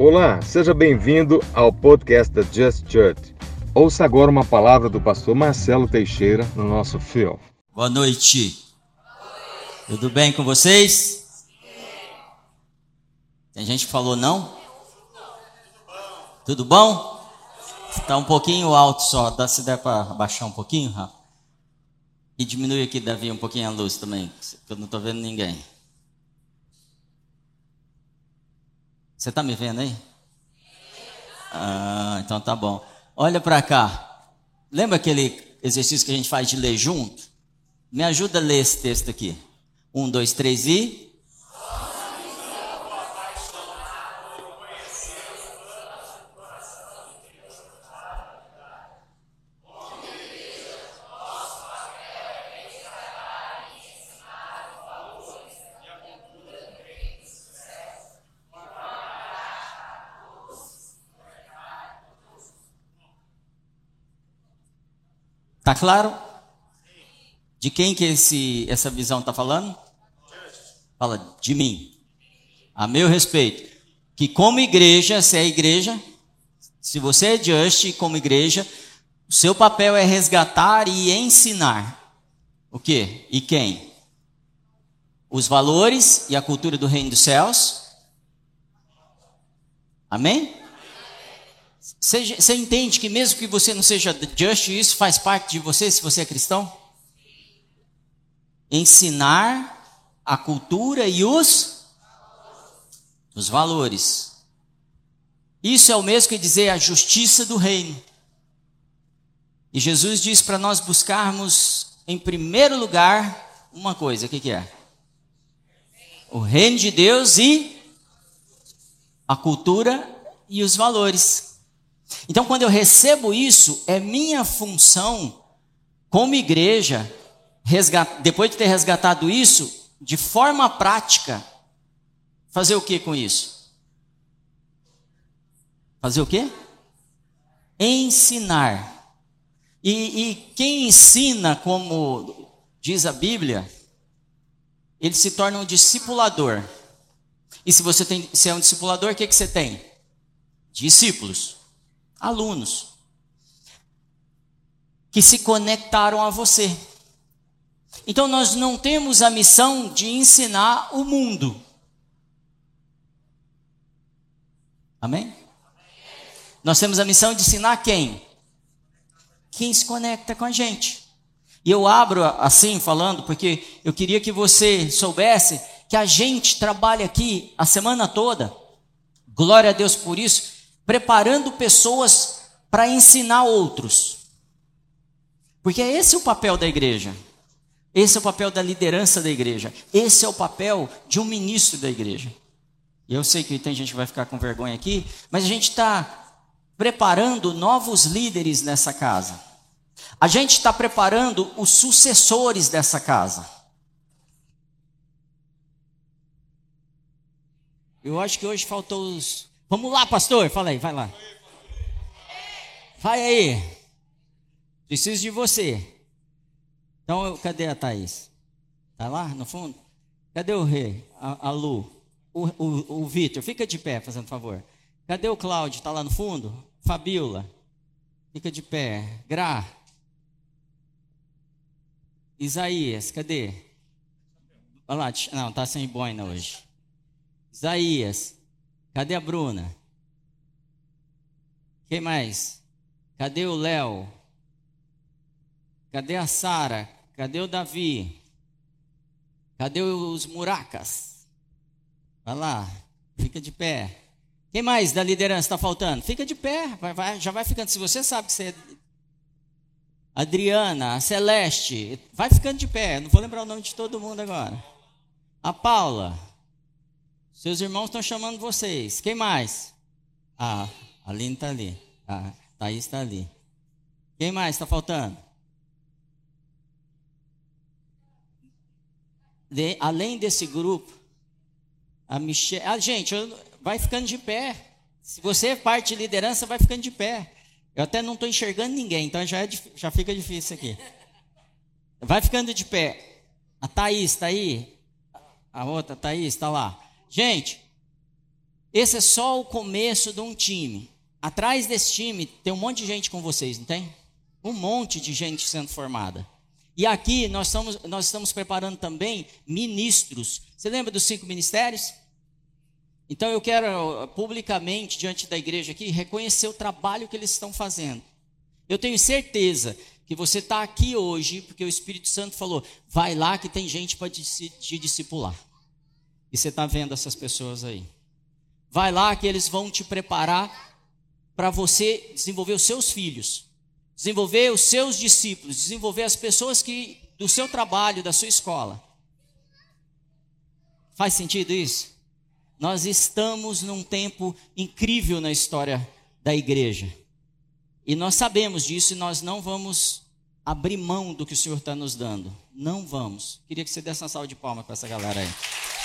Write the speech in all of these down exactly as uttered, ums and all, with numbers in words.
Olá, seja bem-vindo ao podcast da Just Church. Ouça agora uma palavra do pastor Marcelo Teixeira no nosso fio. Boa noite. Tudo bem com vocês? Tem gente que falou não? Tudo bom? Está um pouquinho alto só, dá, se der para abaixar um pouquinho, Rafa? E diminui aqui, Davi, um pouquinho a luz também, que eu não estou vendo ninguém. Você está me vendo aí? Ah, então tá bom. Olha para cá. Lembra aquele exercício que a gente faz de ler junto? Me ajuda a ler esse texto aqui. Um, dois, três e... Tá claro? De quem que esse, essa visão está falando? Fala, de mim. A meu respeito. Que como igreja, se é igreja, se você é Just como igreja, o seu papel é resgatar e ensinar. O quê? E quem? Os valores e a cultura do reino dos céus. Amém? Você, você entende que mesmo que você não seja Just, isso faz parte de você, se você é cristão? Ensinar a cultura e os, os valores. Isso é o mesmo que dizer a justiça do reino. E Jesus diz para nós buscarmos, em primeiro lugar, uma coisa, o que, que é? O reino de Deus e a cultura e os valores. Então, quando eu recebo isso, é minha função, como igreja, resgat... depois de ter resgatado isso, de forma prática, fazer o que com isso? Fazer o quê? Ensinar. E, e quem ensina, como diz a Bíblia, ele se torna um discipulador. E se você tem, se é um discipulador, o que, que você tem? Discípulos. Alunos que se conectaram a você. Então nós não temos a missão de ensinar o mundo. Amém? Nós temos a missão de ensinar quem? Quem se conecta com a gente. E eu abro assim falando porque eu queria que você soubesse que a gente trabalha aqui a semana toda. Glória a Deus por isso. Preparando pessoas para ensinar outros. Porque esse é o papel da igreja. Esse é o papel da liderança da igreja. Esse é o papel de um ministro da igreja. E eu sei que tem gente que vai ficar com vergonha aqui, mas a gente está preparando novos líderes nessa casa. A gente está preparando os sucessores dessa casa. Eu acho que hoje faltou os... Vamos lá, pastor, fala aí, vai lá. Vai aí. Preciso de você. Então, cadê a Thaís? Tá lá no fundo? Cadê o Rei? A, a Lu? O, o, o Vitor, fica de pé, fazendo favor. Cadê o Cláudio? Tá lá no fundo? Fabiola, fica de pé. Gra. Isaías, cadê? Olha lá, não, tá sem boina hoje. Isaías. Cadê a Bruna? Quem mais? Cadê o Léo? Cadê a Sara? Cadê o Davi? Cadê os Muracas? Vai lá, fica de pé. Quem mais da liderança está faltando? Fica de pé, vai, vai, já vai ficando. Se você sabe que você é... Adriana, a Celeste, vai ficando de pé. Não vou lembrar o nome de todo mundo agora. A Paula. Seus irmãos estão chamando vocês. Quem mais? Ah, a Aline está ali. A Thaís está ali. Quem mais está faltando? De, além desse grupo, a Michelle... Ah, gente, eu, vai ficando de pé. Se você é parte de liderança, vai ficando de pé. Eu até não estou enxergando ninguém, então já, é, já fica difícil aqui. Vai ficando de pé. A Thaís está aí? A outra Thaís está lá. Gente, esse é só o começo de um time. Atrás desse time tem um monte de gente com vocês, não tem? Um monte de gente sendo formada. E aqui nós estamos, nós estamos preparando também ministros. Você lembra dos cinco ministérios? Então eu quero publicamente, diante da igreja aqui, reconhecer o trabalho que eles estão fazendo. Eu tenho certeza que você está aqui hoje, porque o Espírito Santo falou, vai lá que tem gente para te discipular. E você está vendo essas pessoas aí. Vai lá que eles vão te preparar para você desenvolver os seus filhos, desenvolver os seus discípulos, desenvolver as pessoas que do seu trabalho, da sua escola. Faz sentido isso? Nós estamos num tempo incrível na história da igreja. E nós sabemos disso e nós não vamos abrir mão do que o Senhor está nos dando. Não vamos. Queria que você desse uma salva de palmas para essa galera aí.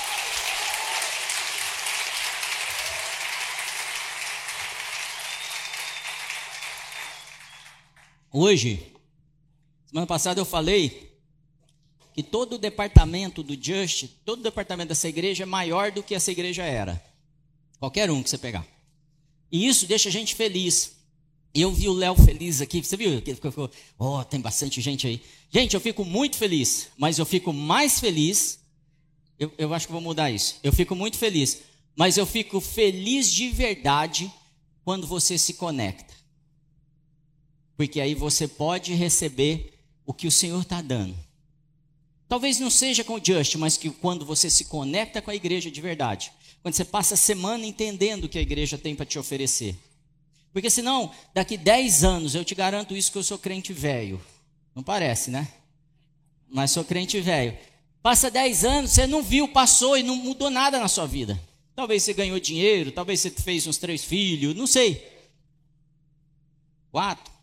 Hoje, semana passada eu falei que todo o departamento do Just, todo o departamento dessa igreja é maior do que essa igreja era. Qualquer um que você pegar. E isso deixa a gente feliz. Eu vi o Léo feliz aqui, você viu? Ele ficou, oh, tem bastante gente aí. Gente, eu fico muito feliz, mas eu fico mais feliz, eu, eu acho que vou mudar isso. Eu fico muito feliz, mas eu fico feliz de verdade quando você se conecta. Porque aí você pode receber o que o Senhor está dando. Talvez não seja com o Just, mas que quando você se conecta com a igreja de verdade. Quando você passa a semana entendendo o que a igreja tem para te oferecer. Porque senão, daqui dez anos, eu te garanto isso que eu sou crente velho. Não parece, né? Mas sou crente velho. Passa dez anos, você não viu, passou e não mudou nada na sua vida. Talvez você ganhou dinheiro, talvez você fez uns três filhos, não sei. Quatro.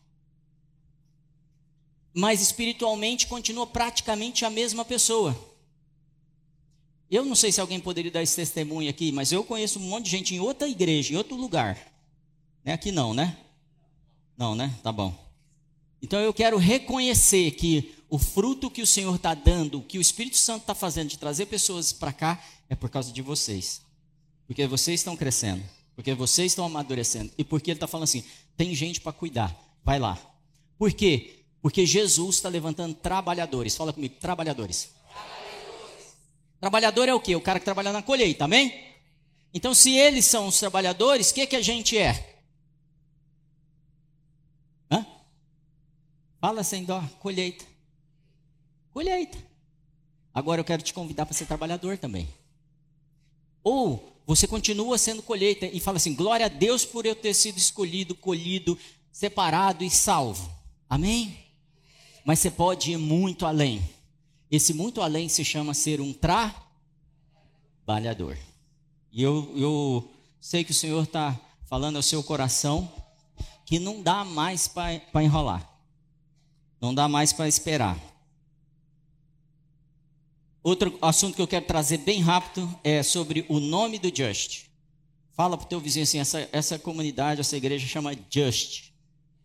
Mas espiritualmente continua praticamente a mesma pessoa. Eu não sei se alguém poderia dar esse testemunho aqui, mas eu conheço um monte de gente em outra igreja, em outro lugar. Não é aqui não, né? Não, né? Tá bom. Então eu quero reconhecer que o fruto que o Senhor está dando, que o Espírito Santo está fazendo de trazer pessoas para cá, é por causa de vocês. Porque vocês estão crescendo, porque vocês estão amadurecendo. E porque Ele está falando assim, tem gente para cuidar, vai lá. Por quê? Porque Jesus está levantando trabalhadores. Fala comigo, trabalhadores. Trabalhadores. Trabalhador é o quê? O cara que trabalha na colheita, amém? Então, se eles são os trabalhadores, o que, que a gente é? Hã? Fala sem dó, colheita. Colheita. Agora eu quero te convidar para ser trabalhador também. Ou você continua sendo colheita e fala assim, glória a Deus por eu ter sido escolhido, colhido, separado e salvo. Amém? Mas você pode ir muito além. Esse muito além se chama ser um trabalhador. E eu, eu sei que o Senhor está falando ao seu coração que não dá mais para enrolar. Não dá mais para esperar. Outro assunto que eu quero trazer bem rápido é sobre o nome do Just. Fala para o teu vizinho assim, essa, essa comunidade, essa igreja chama Just.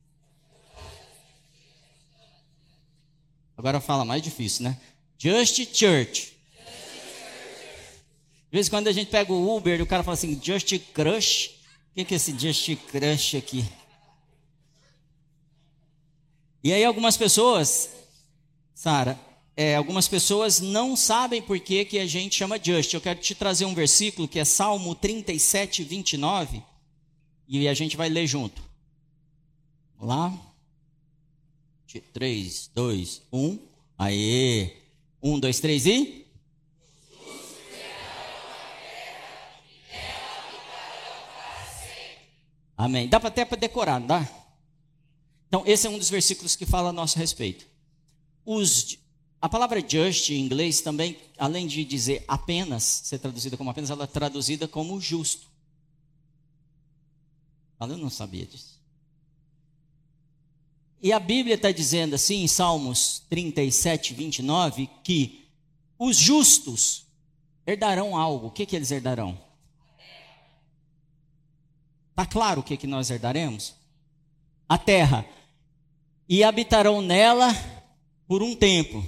Agora fala mais difícil, né? Just Church. De vez em quando a gente pega o Uber e o cara fala assim, Just Crush. O que é esse Just Crush aqui? E aí algumas pessoas, Sara, é, algumas pessoas não sabem por que, que a gente chama Just. Eu quero te trazer um versículo que é Salmo trinta e sete, vinte e nove. E a gente vai ler junto. Vamos lá? três, dois, um. Aê! um, dois, três e... Amém. Dá até para decorar, não dá? Então, esse é um dos versículos que fala a nosso respeito. Os, a palavra just em inglês também, além de dizer apenas, ser traduzida como apenas, ela é traduzida como justo. Eu não sabia disso. E a Bíblia está dizendo assim, em Salmos trinta e sete, vinte e nove, que os justos herdarão algo. O que, que eles herdarão? Está claro o que, que nós herdaremos? A terra. E habitarão nela por um tempo.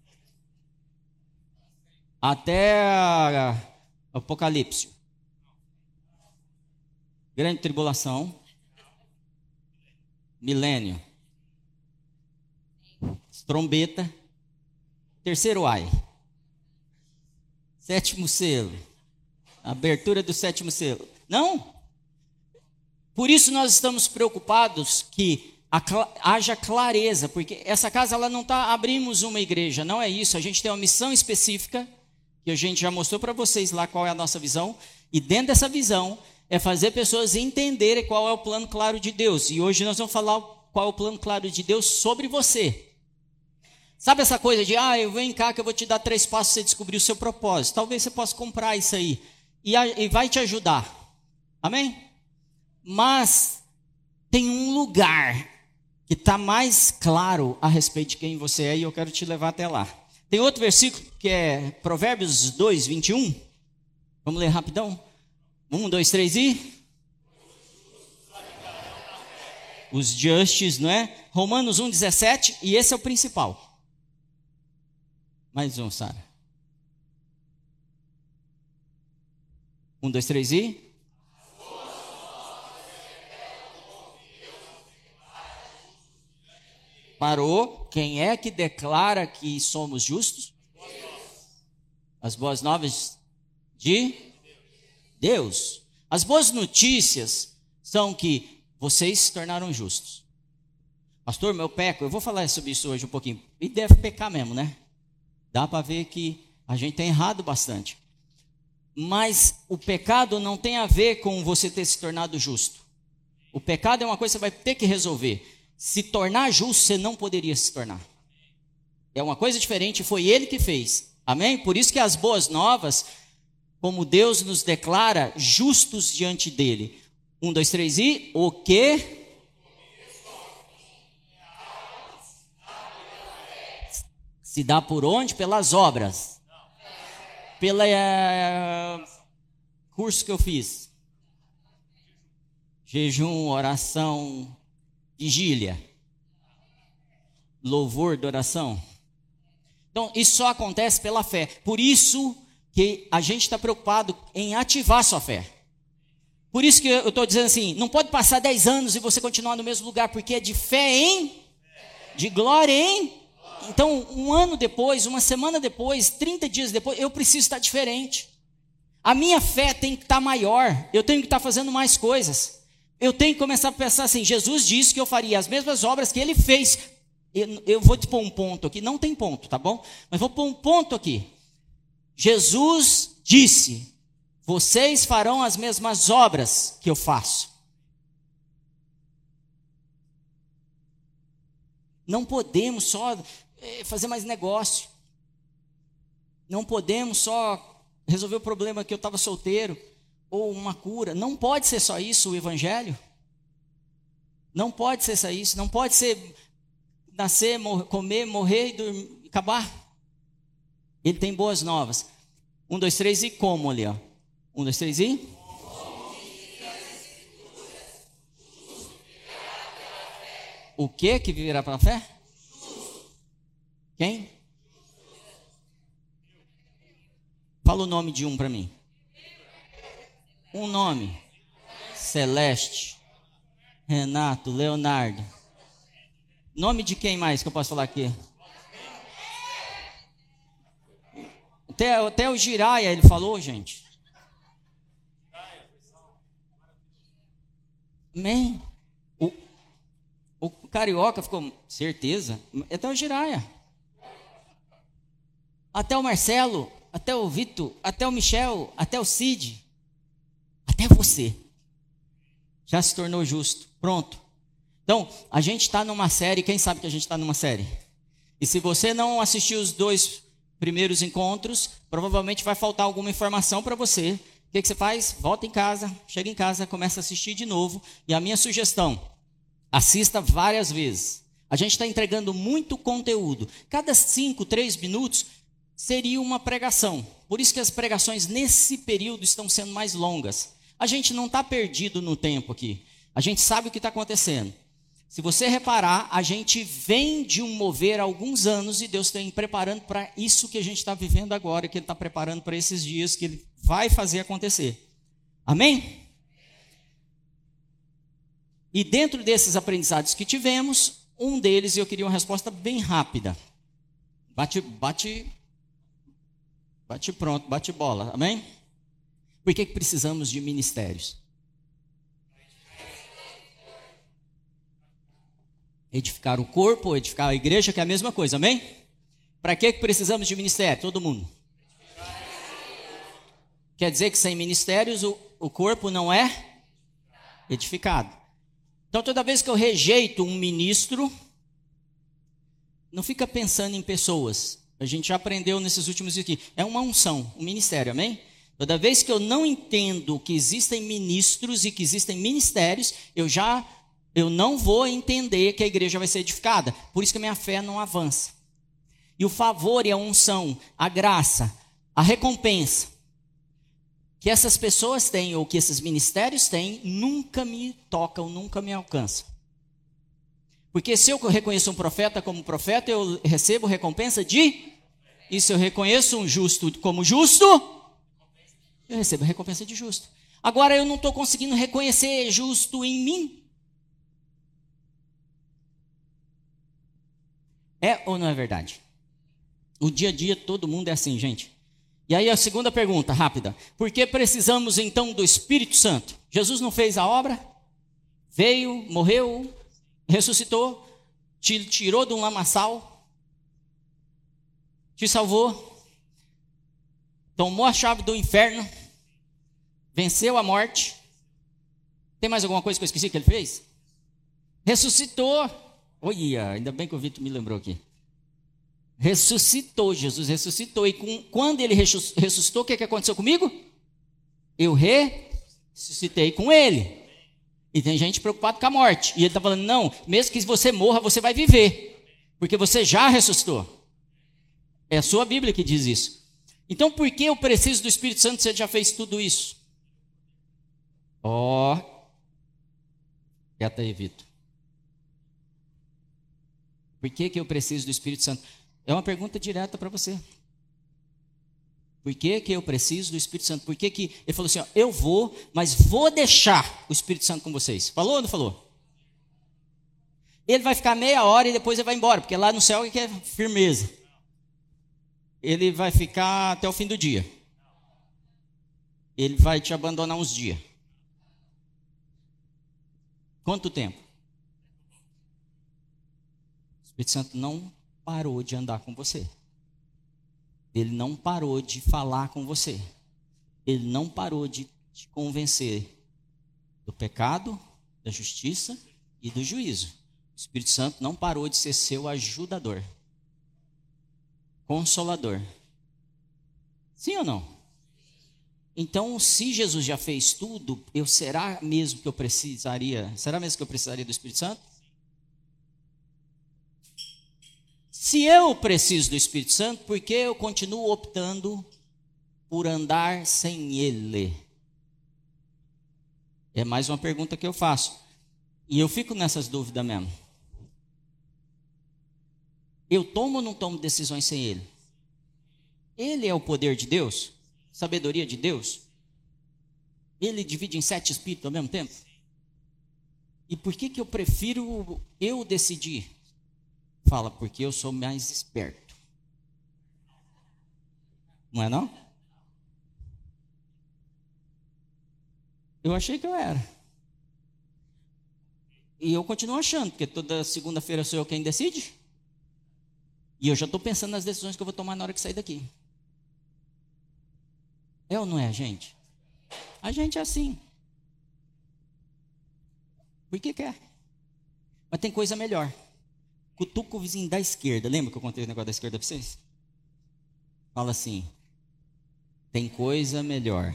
Até a Apocalipse. grande tribulação, milênio, trombeta, terceiro ai, sétimo selo, abertura do sétimo selo. Não? Por isso nós estamos preocupados que haja clareza, porque essa casa ela não está, abrimos uma igreja, não é isso, a gente tem uma missão específica, que a gente já mostrou para vocês lá qual é a nossa visão, e dentro dessa visão é fazer pessoas entenderem qual é o plano claro de Deus, e hoje nós vamos falar qual é o plano claro de Deus sobre você. Sabe essa coisa de, ah, eu venho cá que eu vou te dar três passos para você descobrir o seu propósito, talvez você possa comprar isso aí, e, a, e vai te ajudar, amém? Mas tem um lugar que está mais claro a respeito de quem você é, e eu quero te levar até lá. Tem outro versículo que é Provérbios dois, vinte e um. Vamos ler rapidão? Um, dois, três e... Os justos, não é? Romanos um, dezessete, e esse é o principal. Mais um, Sara. Um, dois, três e... Parou. Quem é que declara que somos justos? As boas novas de Deus. As boas notícias são que vocês se tornaram justos. Pastor, meu peco, eu vou falar sobre isso hoje um pouquinho. E deve pecar mesmo, né? Dá para ver que a gente tem errado bastante. Mas o pecado não tem a ver com você ter se tornado justo. O pecado é uma coisa que você vai ter que resolver. Se tornar justo, você não poderia se tornar. É uma coisa diferente, foi Ele que fez. Amém? Por isso que as boas novas, como Deus nos declara justos diante dEle. Um, dois, três e... O que? Se dá por onde? Pelas obras. Pelo uh, curso que eu fiz. Jejum, oração... vigília, louvor de oração. Então, isso só acontece pela fé. Por isso que a gente está preocupado em ativar sua fé. Por isso que eu estou dizendo assim, não pode passar dez anos e você continuar no mesmo lugar, porque é de fé em, de glória em. Então, um ano depois, uma semana depois, trinta dias depois, eu preciso estar diferente. A minha fé tem que estar maior, eu tenho que estar fazendo mais coisas. Eu tenho que começar a pensar assim, Jesus disse que eu faria as mesmas obras que Ele fez. Eu, eu vou te pôr um ponto aqui, não tem ponto, tá bom? Mas vou pôr um ponto aqui. Jesus disse, vocês farão as mesmas obras que eu faço. Não podemos só fazer mais negócio. Não podemos só resolver o problema que eu estava solteiro. Ou uma cura, não pode ser só isso o evangelho, não pode ser só isso, não pode ser nascer, morrer, comer, morrer e dormir, acabar. Ele tem boas novas. Um, dois, três e como ali, ó. Um, dois, três e... O que que viverá pela fé? Quem? Fala o nome de um para mim. Um nome, Celeste, Renato, Leonardo. Nome de quem mais que eu posso falar aqui? Até, até o Jiraya ele falou, gente. Amém? O, o Carioca ficou, certeza, até o Jiraya. Até o Marcelo, até o Vitor, até o Michel, até o Cid. Até você já se tornou justo. Pronto. Então, a gente está numa série. Quem sabe que a gente está numa série? E se você não assistiu os dois primeiros encontros, provavelmente vai faltar alguma informação para você. O que, que você faz? Volta em casa, chega em casa, começa a assistir de novo. E a minha sugestão, assista várias vezes. A gente está entregando muito conteúdo. Cada cinco, três minutos seria uma pregação. Por isso que as pregações nesse período estão sendo mais longas. A gente não está perdido no tempo aqui. A gente sabe o que está acontecendo. Se você reparar, a gente vem de um mover há alguns anos e Deus está preparando para isso que a gente está vivendo agora, que Ele está preparando para esses dias que Ele vai fazer acontecer. Amém? E dentro desses aprendizados que tivemos, um deles eu queria uma resposta bem rápida. Bate, bate, bate pronto, bate bola, amém? Por que que precisamos de ministérios? Edificar o corpo, edificar a igreja, que é a mesma coisa, amém? Para que que precisamos de ministério? Todo mundo. Quer dizer que sem ministérios o, o corpo não é edificado. Então toda vez que eu rejeito um ministro, não fica pensando em pessoas. A gente já aprendeu nesses últimos dias aqui. É uma unção, um ministério, amém? Toda vez que eu não entendo que existem ministros e que existem ministérios, eu já eu não vou entender que a igreja vai ser edificada. Por isso que a minha fé não avança. E o favor e a unção, a graça, a recompensa que essas pessoas têm ou que esses ministérios têm, nunca me tocam, nunca me alcançam. Porque se eu reconheço um profeta como profeta, eu recebo recompensa de... E se eu reconheço um justo como justo, eu recebo recompensa de justo. Agora eu não estou conseguindo reconhecer justo em mim. É ou não é verdade? O dia a dia todo mundo é assim, gente. E aí a segunda pergunta, rápida. Por que precisamos então do Espírito Santo? Jesus não fez a obra? Veio, morreu, ressuscitou, te tirou de um lamaçal, te salvou, tomou a chave do inferno, venceu a morte. Tem mais alguma coisa que eu esqueci que ele fez? Ressuscitou. Olha, ainda bem que o Vitor me lembrou aqui. Ressuscitou, Jesus ressuscitou. E com, quando ele ressuscitou, o que, que aconteceu comigo? Eu ressuscitei com ele. E tem gente preocupada com a morte. E ele está falando, não, mesmo que você morra, você vai viver. Porque você já ressuscitou. É a sua Bíblia que diz isso. Então, por que eu preciso do Espírito Santo se ele já fez tudo isso? Ó, oh, quieta aí, Vitor. Por que que eu preciso do Espírito Santo? É uma pergunta direta para você. Por que que eu preciso do Espírito Santo? Por que que ele falou assim, ó, eu vou, mas vou deixar o Espírito Santo com vocês. Falou ou não falou? Ele vai ficar meia hora e depois ele vai embora, porque lá no céu é que é firmeza. Ele vai ficar até o fim do dia. Ele vai te abandonar uns dias. Quanto tempo? O Espírito Santo não parou de andar com você. Ele não parou de falar com você. Ele não parou de te convencer do pecado, da justiça e do juízo. O Espírito Santo não parou de ser seu ajudador, consolador. Sim ou não? Então, se Jesus já fez tudo, eu será mesmo que eu precisaria, será mesmo que eu precisaria do Espírito Santo? Se eu preciso do Espírito Santo, por que eu continuo optando por andar sem Ele? É mais uma pergunta que eu faço. E eu fico nessas dúvidas mesmo. Eu tomo ou não tomo decisões sem Ele? Ele é o poder de Deus? Sabedoria de Deus? Ele divide em sete espíritos ao mesmo tempo? E por que que eu prefiro eu decidir? Fala, porque eu sou mais esperto. Não é não? Eu achei que eu era. E eu continuo achando, porque toda segunda-feira sou eu quem decide. E eu já estou pensando nas decisões que eu vou tomar na hora que sair daqui. É ou não é, gente? A gente é assim. Por que quer? Mas tem coisa melhor. Cutuca o vizinho da esquerda. Lembra que eu contei o negócio da esquerda para vocês? Fala assim. Tem coisa melhor.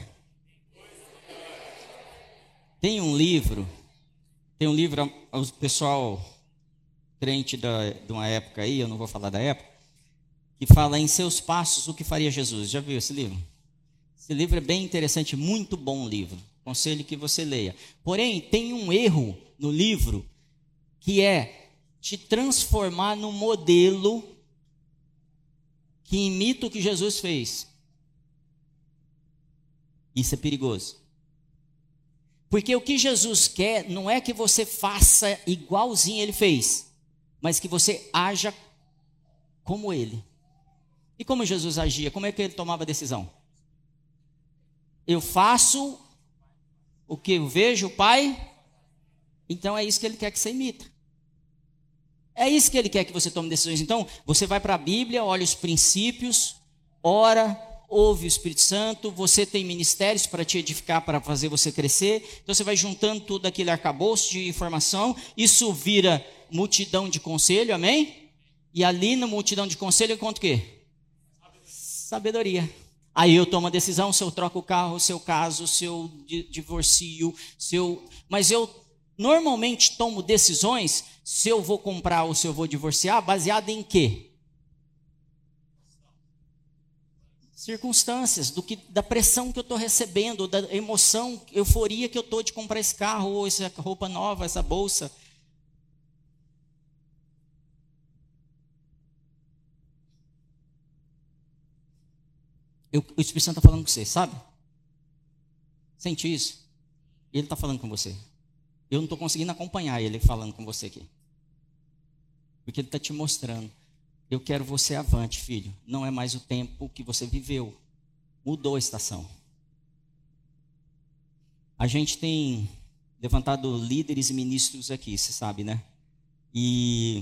Tem um livro. Tem um livro, o pessoal crente da, de uma época aí, eu não vou falar da época, que fala em seus passos o que faria Jesus. Já viu esse livro? Esse livro é bem interessante, muito bom livro. Aconselho que você leia. Porém, tem um erro no livro que é te transformar num modelo que imita o que Jesus fez. Isso é perigoso. Porque o que Jesus quer não é que você faça igualzinho ele fez, mas que você haja como ele. E como Jesus agia? Como é que ele tomava a decisão? Eu faço o que eu vejo o Pai, então é isso que ele quer que você imita. É isso que ele quer que você tome decisões. Então, você vai para a Bíblia, olha os princípios, ora, ouve o Espírito Santo, você tem ministérios para te edificar, para fazer você crescer. Então, você vai juntando tudo aquele arcabouço de informação, isso vira multidão de conselho, amém? E ali na multidão de conselho eu encontro o quê? Sabedoria. Aí eu tomo a decisão, se eu troco o carro, se eu caso, se eu divorcio, se eu... Mas eu normalmente tomo decisões, se eu vou comprar ou se eu vou divorciar, baseado em quê? Circunstâncias, do que, da pressão que eu estou recebendo, da emoção, euforia que eu estou de comprar esse carro, ou essa roupa nova, essa bolsa. Eu, o Espírito Santo está falando com você, sabe? Sente isso? Ele está falando com você. Eu não estou conseguindo acompanhar ele falando com você aqui. Porque ele está te mostrando. Eu quero você avante, filho. Não é mais o tempo que você viveu. Mudou a estação. A gente tem levantado líderes e ministros aqui, você sabe, né? E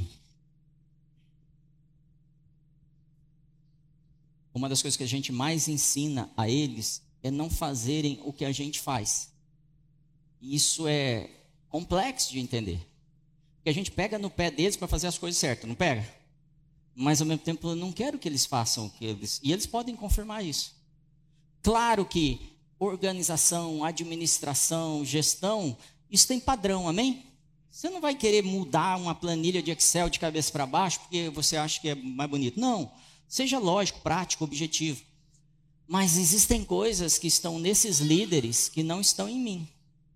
uma das coisas que a gente mais ensina a eles é não fazerem o que a gente faz. E isso é complexo de entender. Porque a gente pega no pé deles para fazer as coisas certas, não pega? Mas ao mesmo tempo eu não quero que eles façam o que eles... E eles podem confirmar isso. Claro que organização, administração, gestão, isso tem padrão, amém? Você não vai querer mudar uma planilha de Excel de cabeça para baixo porque você acha que é mais bonito. Não, seja lógico, prático, objetivo. Mas existem coisas que estão nesses líderes que não estão em mim.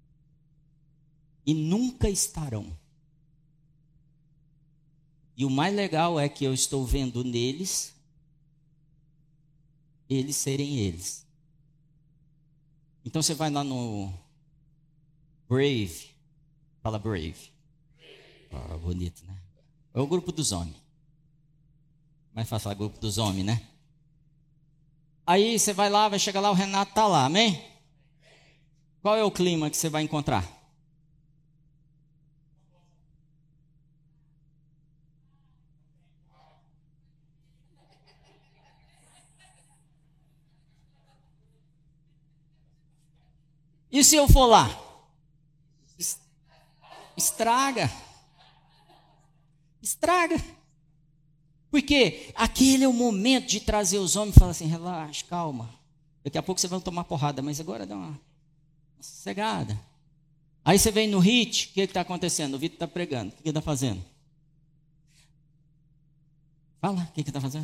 E nunca estarão. E o mais legal é que eu estou vendo neles, eles serem eles. Então você vai lá no Brave, fala Brave. Ah, bonito, né? É o grupo dos homens. Mais fácil falar grupo dos homens, né? Aí você vai lá, vai chegar lá, o Renato está lá, amém? Qual é o clima que você vai encontrar? E se eu for lá? Estraga. Estraga. Porque aquele é o momento de trazer os homens e falar assim, relaxa, calma. Daqui a pouco você vai tomar porrada, mas agora dá uma, uma sossegada. Aí você vem no hit, o que está acontecendo? O Vitor está pregando, o que ele está fazendo? Fala, o que ele está fazendo?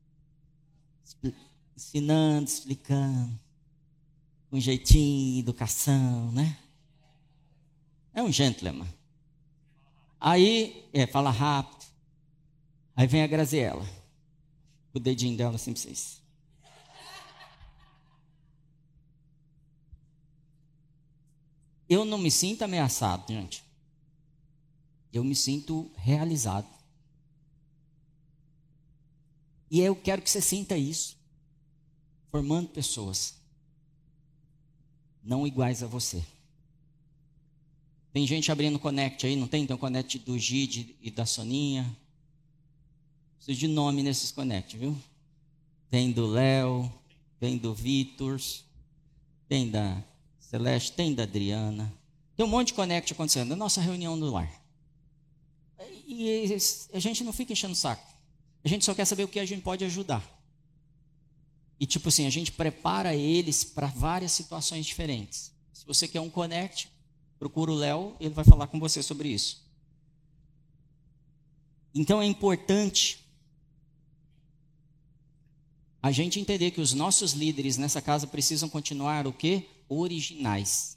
Ensinando, explicando. Com jeitinho, educação, né? É um gentleman. Aí, é, fala rápido. Aí vem a Graziella. O dedinho dela assim para vocês. Eu não me sinto ameaçado, gente. Eu me sinto realizado. E eu quero que você sinta isso. Formando pessoas. Não iguais a você. Tem gente abrindo Connect aí, não tem? Tem o Connect do Gide e da Soninha. Preciso de nome nesses Connect, viu? Tem do Léo, tem do Vitor, tem da Celeste, tem da Adriana. Tem um monte de Connect acontecendo. É a nossa reunião no lar. E a gente não fica enchendo o saco. A gente só quer saber o que a gente pode ajudar. E tipo assim, a gente prepara eles para várias situações diferentes. Se você quer um Connect, procura o Léo, ele vai falar com você sobre isso. Então é importante a gente entender que os nossos líderes nessa casa precisam continuar o quê? Originais.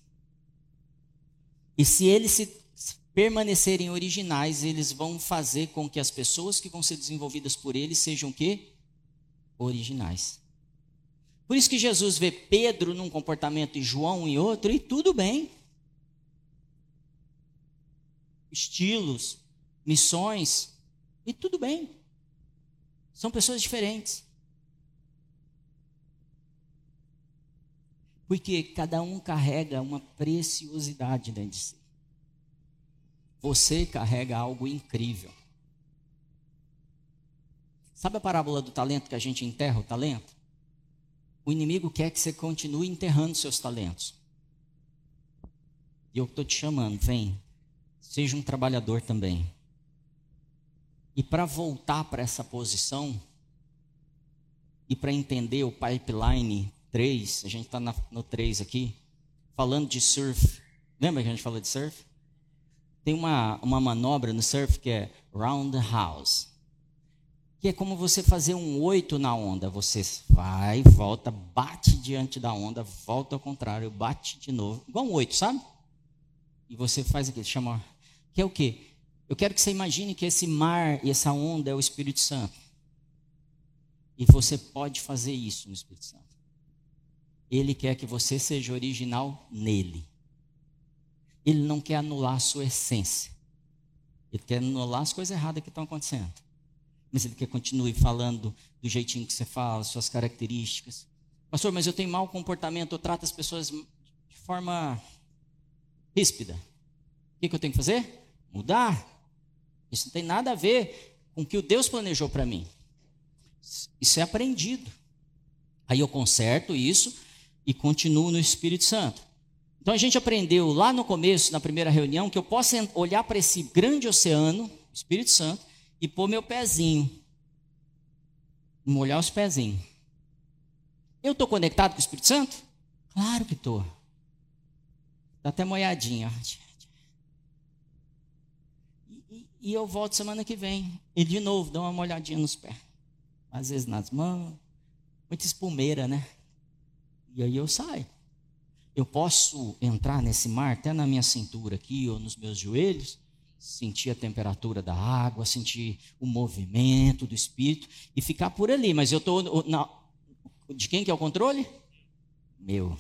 E se eles se permanecerem originais, eles vão fazer com que as pessoas que vão ser desenvolvidas por eles sejam o quê? Originais. Por isso que Jesus vê Pedro num comportamento e João em outro, e tudo bem. estilos, missões, e tudo bem. São pessoas diferentes. Porque cada um carrega uma preciosidade dentro de si. Você carrega algo incrível. Sabe a parábola do talento que a gente enterra o talento? O inimigo quer que você continue enterrando seus talentos. E eu estou te chamando, vem, seja um trabalhador também. E para voltar para essa posição, e para entender o pipeline três, a gente está no três aqui, falando de surf. Lembra que a gente falou de surf? Tem uma, uma manobra no surf que é roundhouse, que é como você fazer um oito na onda. Você vai, volta, bate diante da onda, volta ao contrário, bate de novo. Igual um oito, sabe? E você faz aquilo, chama... Que é o quê? Eu quero que você imagine que esse mar e essa onda é o Espírito Santo. E você pode fazer isso no Espírito Santo. Ele quer que você seja original nele. Ele não quer anular a sua essência. Ele quer anular as coisas erradas que estão acontecendo. Mas ele quer que continue falando do jeitinho que você fala, suas características. Pastor, mas eu tenho mau comportamento, eu trato as pessoas de forma ríspida. O que, que eu tenho que fazer? Mudar. Isso não tem nada a ver com o que o Deus planejou para mim. Isso é aprendido. Aí eu conserto isso e continuo no Espírito Santo. Então a gente aprendeu lá no começo, na primeira reunião, que eu posso olhar para esse grande oceano, Espírito Santo, e pôr meu pezinho. Molhar os pezinhos. Eu estou conectado com o Espírito Santo? Claro que estou. Está até molhadinho. E, e eu volto semana que vem. E de novo, dá uma molhadinha nos pés. Às vezes nas mãos. Muita espumeira, né? E aí eu saio. Eu posso entrar nesse mar até na minha cintura aqui ou nos meus joelhos, sentir a temperatura da água, sentir o movimento do Espírito e ficar por ali. Mas eu estou... De quem que é o controle? Meu.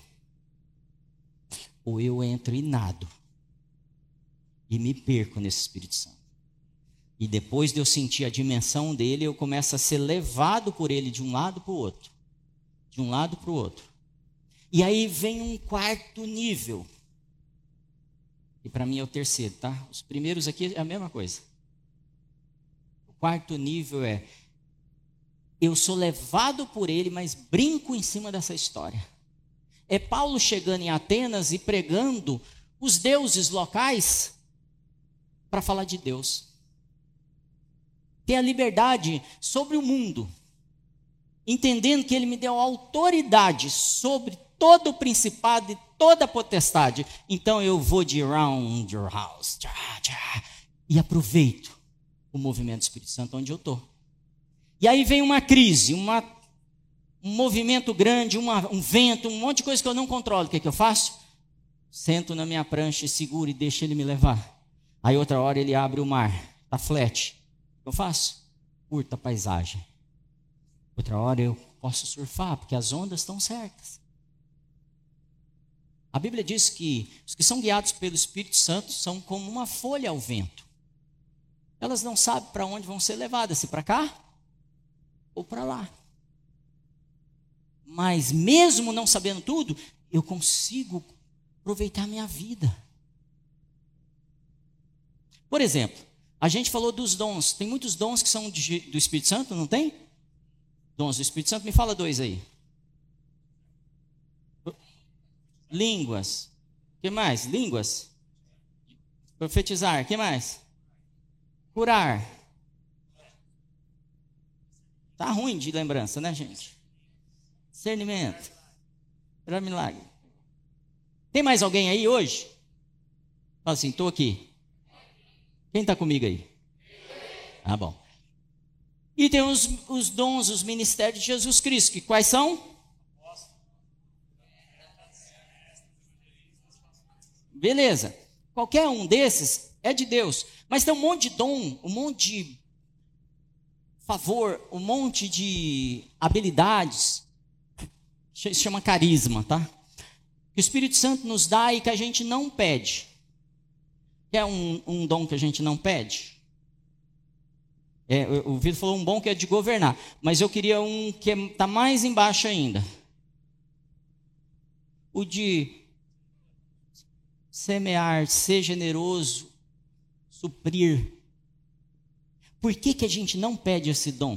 Ou eu entro e nado e me perco nesse Espírito Santo. E depois de eu sentir a dimensão dele, eu começo a ser levado por ele de um lado para o outro. De um lado para o outro. E aí vem um quarto nível. E para mim é o terceiro, tá? Os primeiros aqui é a mesma coisa. O quarto nível é: eu sou levado por ele, mas brinco em cima dessa história. É Paulo chegando em Atenas e pregando os deuses locais para falar de Deus. Ter a liberdade sobre o mundo, entendendo que ele me deu autoridade sobre todo o principado e toda a potestade. Então eu vou de round your house tchá, tchá, e aproveito o movimento do Espírito Santo onde eu estou. E aí vem uma crise, uma, um movimento grande, uma, um vento, um monte de coisa que eu não controlo. O que, é que eu faço? Sento na minha prancha, seguro e deixo ele me levar. Aí outra hora ele abre o mar, está flat. O que eu faço? Curta a paisagem. Outra hora eu posso surfar, porque as ondas estão certas. A Bíblia diz que os que são guiados pelo Espírito Santo são como uma folha ao vento. Elas não sabem para onde vão ser levadas, se para cá ou para lá. Mas mesmo não sabendo tudo, eu consigo aproveitar a minha vida. Por exemplo, a gente falou dos dons. Tem muitos dons que são de, do Espírito Santo, não tem? Dons do Espírito Santo, me fala dois aí. Línguas. O que mais? Línguas. Profetizar. O que mais? Curar. Tá ruim de lembrança, né, gente? Discernimento. Era milagre. Tem mais alguém aí hoje? Fala assim, estou aqui. Quem está comigo aí? Ah, bom. E tem os, os dons, os ministérios de Jesus Cristo, que quais são? Beleza. Qualquer um desses é de Deus. Mas tem um monte de dom, um monte de favor, um monte de habilidades. Isso chama carisma, tá? Que o Espírito Santo nos dá e que a gente não pede. Quer um, um dom que a gente não pede? É, o Vitor falou um bom que é de governar, mas eu queria um que está mais embaixo ainda. O de semear, ser generoso, suprir. Por que que a gente não pede esse dom?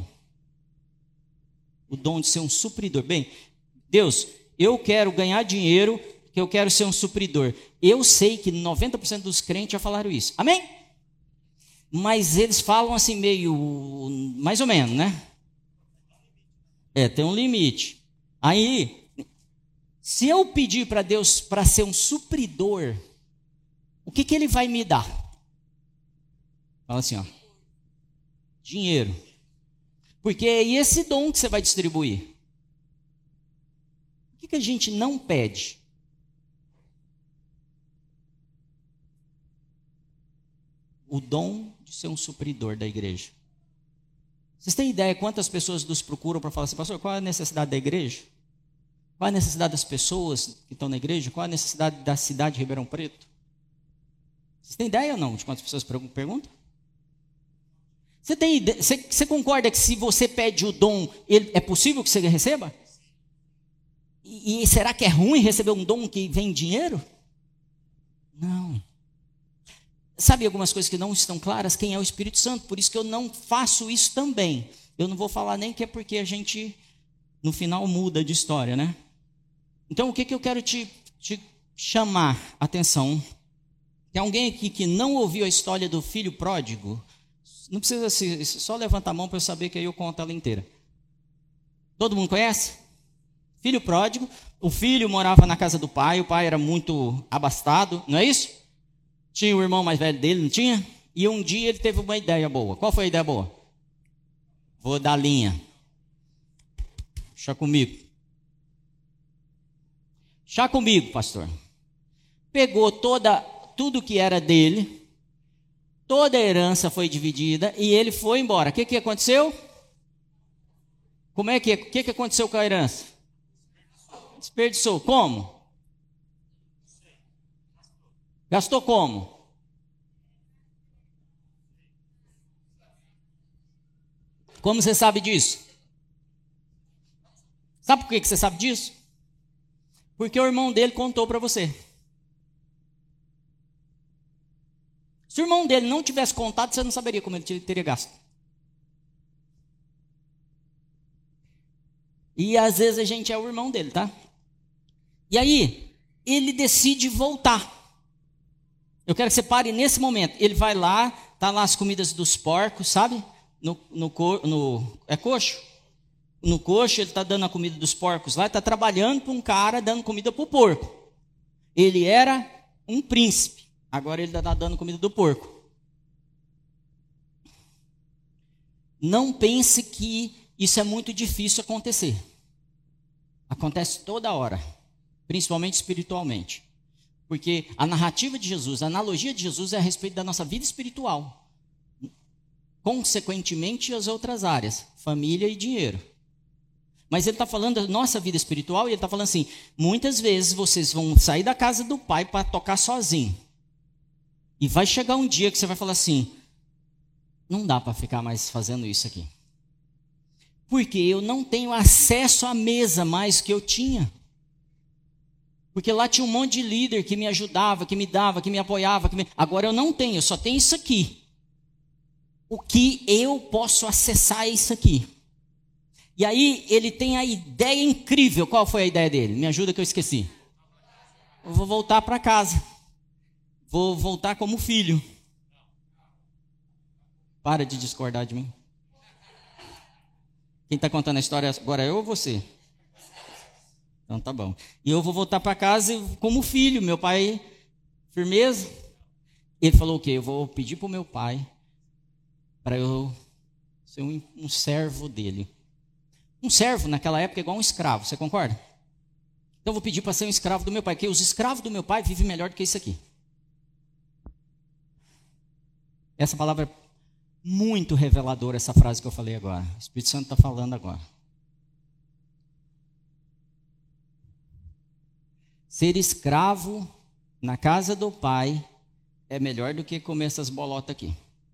O dom de ser um supridor. Bem, Deus, eu quero ganhar dinheiro, que eu quero ser um supridor. Eu sei que noventa por cento dos crentes já falaram isso. Amém? Mas eles falam assim meio, mais ou menos, né? É, tem um limite. Aí, se eu pedir para Deus para ser um supridor, o que que Ele vai me dar? Fala assim, ó. Dinheiro. Porque é esse dom que você vai distribuir. O que que a gente não pede? O dom de ser um supridor da igreja. Vocês têm ideia quantas pessoas nos procuram para falar assim, pastor, qual é a necessidade da igreja? Qual é a necessidade das pessoas que estão na igreja? Qual é a necessidade da cidade de Ribeirão Preto? Vocês têm ideia ou não de quantas pessoas perguntam? Você, tem ideia, você, você concorda que se você pede o dom, ele, é possível que você receba? E, e será que é ruim receber um dom que vem dinheiro? Não. Sabe algumas coisas que não estão claras? Quem é o Espírito Santo? Por isso que eu não faço isso também. Eu não vou falar nem que é porque a gente, no final, muda de história, né? Então, o que, que eu quero te, te chamar a atenção? Tem alguém aqui que não ouviu a história do filho pródigo? Não precisa se, só levantar a mão para eu saber que aí eu conto ela inteira. Todo mundo conhece? Filho pródigo. O filho morava na casa do pai. O pai era muito abastado, não é isso? Tinha o irmão mais velho dele, não tinha? E um dia ele teve uma ideia boa. Qual foi a ideia boa? Vou dar linha. Chá comigo. Chá comigo, pastor. Pegou toda, tudo que era dele, toda a herança foi dividida e ele foi embora. O que, que aconteceu? Como é que, o que, que aconteceu com a herança? Desperdiçou. Como? Gastou como? Como você sabe disso? Sabe por que você sabe disso? Porque o irmão dele contou para você. Se o irmão dele não tivesse contado, você não saberia como ele teria gasto. E às vezes a gente é o irmão dele, tá? E aí, ele decide voltar. Eu quero que você pare nesse momento. Ele vai lá, tá lá as comidas dos porcos, sabe? No, no, no, é coxo? No coxo ele está dando a comida dos porcos lá, está trabalhando para um cara dando comida para o porco. Ele era um príncipe, agora ele está dando comida do porco. Não pense que isso é muito difícil acontecer. Acontece toda hora, principalmente espiritualmente. Porque a narrativa de Jesus, a analogia de Jesus é a respeito da nossa vida espiritual. Consequentemente, as outras áreas, família e dinheiro. Mas ele está falando da nossa vida espiritual e ele está falando assim, muitas vezes vocês vão sair da casa do pai para tocar sozinho. E vai chegar um dia que você vai falar assim, não dá para ficar mais fazendo isso aqui. Porque eu não tenho acesso à mesa mais que eu tinha. Porque lá tinha um monte de líder que me ajudava, que me dava, que me apoiava. Que me... Agora eu não tenho, eu só tenho isso aqui. O que eu posso acessar é isso aqui. E aí ele tem a ideia incrível. Qual foi a ideia dele? Me ajuda que eu esqueci. Eu vou voltar para casa. Vou voltar como filho. Para de discordar de mim. Quem está contando a história agora é eu ou você? Então tá bom. E eu vou voltar para casa como filho. Meu pai, firmeza. Ele falou o quê? Eu vou pedir para o meu pai para eu ser um, um servo dele. Um servo naquela época é igual um escravo, você concorda? Então eu vou pedir para ser um escravo do meu pai, porque os escravos do meu pai vivem melhor do que isso aqui. Essa palavra é muito reveladora, essa frase que eu falei agora. O Espírito Santo está falando agora. Ser escravo na casa do pai é melhor do que comer essas bolotas aqui.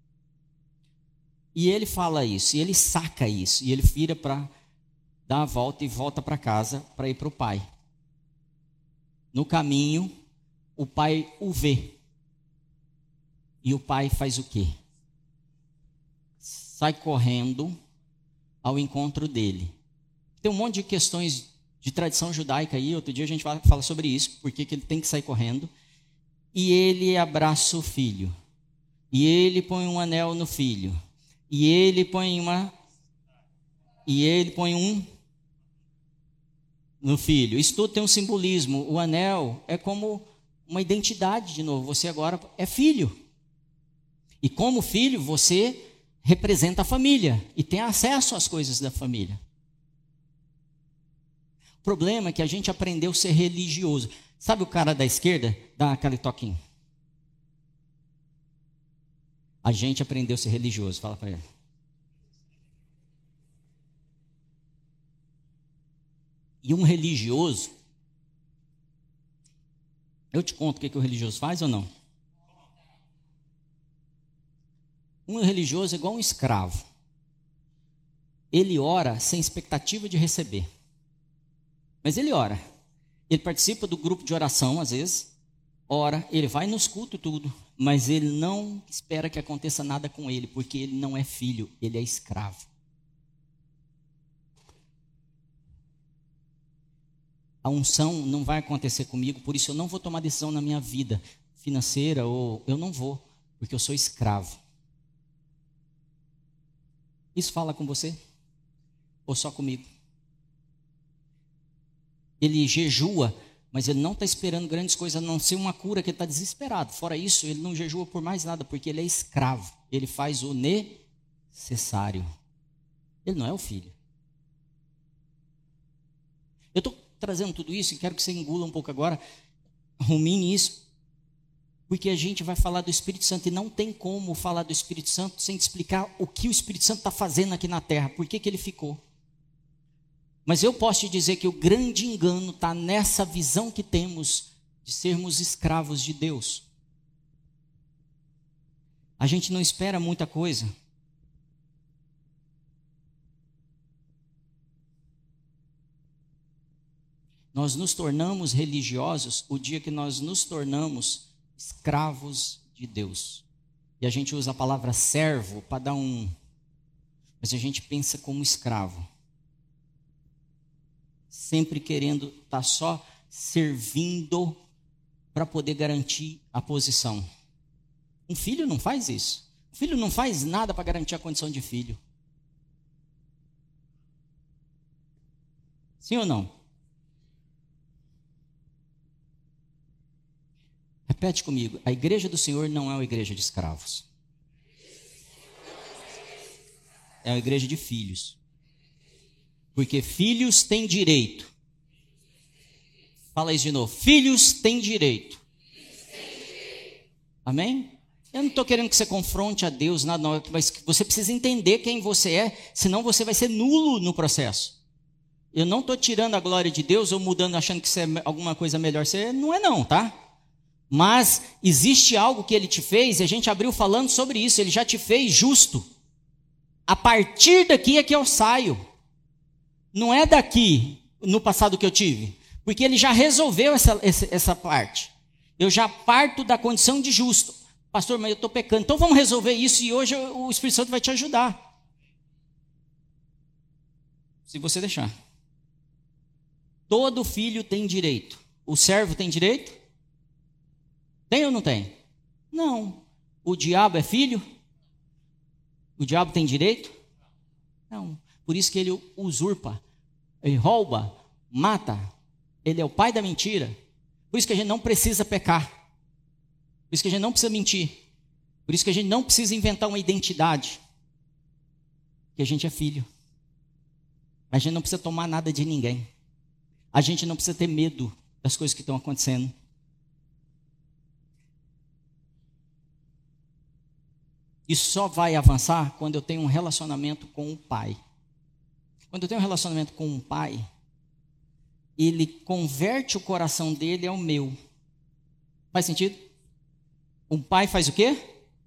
E ele fala isso, e ele saca isso, e ele vira para dar a volta e volta para casa para ir para o pai. No caminho, o pai o vê. E o pai faz o quê? Sai correndo ao encontro dele. Tem um monte de questões de tradição judaica aí, outro dia a gente fala sobre isso, porque que ele tem que sair correndo. E ele abraça o filho. E ele põe um anel no filho. E ele põe uma... E ele põe um... no filho. Isso tudo tem um simbolismo. O anel é como uma identidade de novo. Você agora é filho. E como filho, você representa a família. E tem acesso às coisas da família. O problema é que a gente aprendeu a ser religioso. Sabe o cara da esquerda? Dá aquele toquinho. A gente aprendeu a ser religioso. Fala para ele. E um religioso, eu te conto o que, que o religioso faz ou não? Um religioso é igual um escravo. Ele ora sem expectativa de receber. Mas ele ora. Ele participa do grupo de oração, às vezes. Ora, ele vai nos cultos tudo. Mas ele não espera que aconteça nada com ele, porque ele não é filho, ele é escravo. A unção não vai acontecer comigo, por isso eu não vou tomar decisão na minha vida financeira, ou eu não vou, porque eu sou escravo. Isso fala com você? Ou só comigo? Ele jejua, mas ele não está esperando grandes coisas, a não ser uma cura, que ele está desesperado. Fora isso, ele não jejua por mais nada, porque ele é escravo. Ele faz o necessário. Ele não é o filho. Eu estou trazendo tudo isso e quero que você engula um pouco agora, rumine isso, porque a gente vai falar do Espírito Santo e não tem como falar do Espírito Santo sem te explicar o que o Espírito Santo está fazendo aqui na terra, por que que ele ficou. Mas eu posso te dizer que o grande engano está nessa visão que temos de sermos escravos de Deus. A gente não espera muita coisa. Nós nos tornamos religiosos o dia que nós nos tornamos escravos de Deus. E a gente usa a palavra servo para dar um... Mas a gente pensa como escravo. Sempre querendo estar tá só servindo para poder garantir a posição. Um filho não faz isso. Um filho não faz nada para garantir a condição de filho. Sim ou não? Repete comigo, a igreja do Senhor não é uma igreja de escravos. É uma igreja de filhos. Porque filhos têm direito. Fala isso de novo. Filhos têm direito. Amém? Eu não estou querendo que você confronte a Deus, nada, não, mas você precisa entender quem você é, senão você vai ser nulo no processo. Eu não estou tirando a glória de Deus ou mudando, achando que você é alguma coisa melhor. Você não é não, tá? Mas existe algo que ele te fez, e a gente abriu falando sobre isso, ele já te fez justo. A partir daqui é que eu saio. Não é daqui, no passado que eu tive, porque ele já resolveu essa, essa, essa parte. Eu já parto da condição de justo. Pastor, mas eu estou pecando, então vamos resolver isso e hoje o Espírito Santo vai te ajudar. Se você deixar. Todo filho tem direito. O servo tem direito? Tem ou não tem? Não. O diabo é filho? O diabo tem direito? Não. Por isso que ele usurpa, ele rouba, mata. Ele é o pai da mentira. Por isso que a gente não precisa pecar. Por isso que a gente não precisa mentir. Por isso que a gente não precisa inventar uma identidade. Porque a gente é filho. A gente não precisa tomar nada de ninguém. A gente não precisa ter medo das coisas que estão acontecendo. Isso só vai avançar quando eu tenho um relacionamento com o Pai. Quando eu tenho um relacionamento com o Pai, ele converte o coração dele ao meu. Faz sentido? Um pai faz o quê?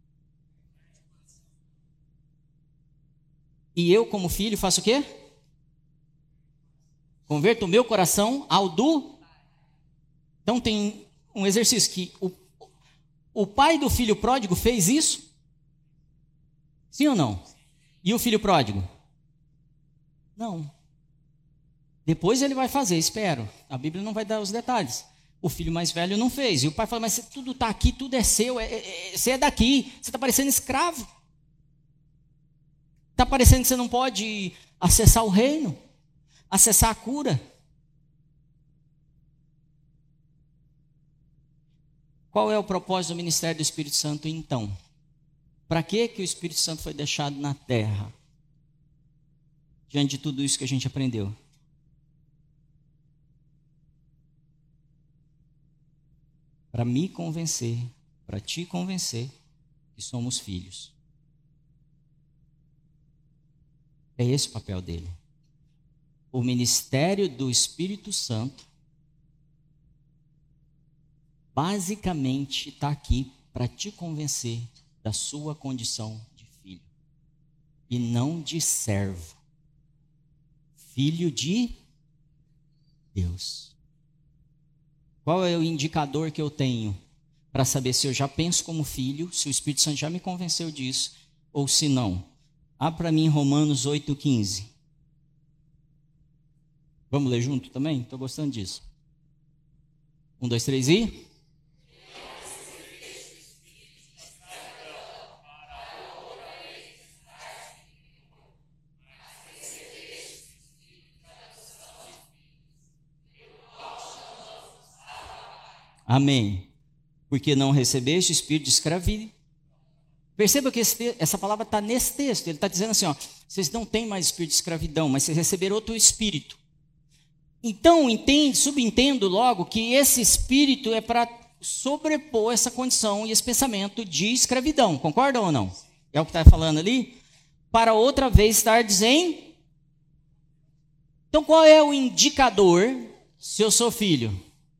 E eu, como filho, faço o quê? Converto o meu coração ao do... Então tem um exercício que o, o pai do filho pródigo fez isso? Sim ou não? E o filho pródigo? Não. Depois ele vai fazer, espero. A Bíblia não vai dar os detalhes. O filho mais velho não fez. E o pai fala, mas tudo está aqui, tudo é seu, é, é, você é daqui, você está parecendo escravo. Está parecendo que você não pode acessar o reino, acessar a cura. Qual é o propósito do ministério do Espírito Santo então? Para que que o Espírito Santo foi deixado na terra? Diante de tudo isso que a gente aprendeu. Para me convencer, para te convencer que somos filhos. É esse o papel dele. O ministério do Espírito Santo basicamente está aqui para te convencer da sua condição de filho. E não de servo. Filho de Deus. Qual é o indicador que eu tenho para saber se eu já penso como filho, se o Espírito Santo já me convenceu disso, ou se não? Abra para mim Romanos oito, quinze. Vamos ler junto também? Estou gostando disso. Um, dois, três e... Amém. Porque não recebeste o espírito de escravidão. Perceba que esse, essa palavra está nesse texto. Ele está dizendo assim, ó, vocês não têm mais espírito de escravidão, mas vocês receberam outro espírito. Então, entende, subentendo logo que esse espírito é para sobrepor essa condição e esse pensamento de escravidão. Concordam ou não? É o que está falando ali? Para outra vez estar dizendo. Então, qual é o indicador se eu sou filho?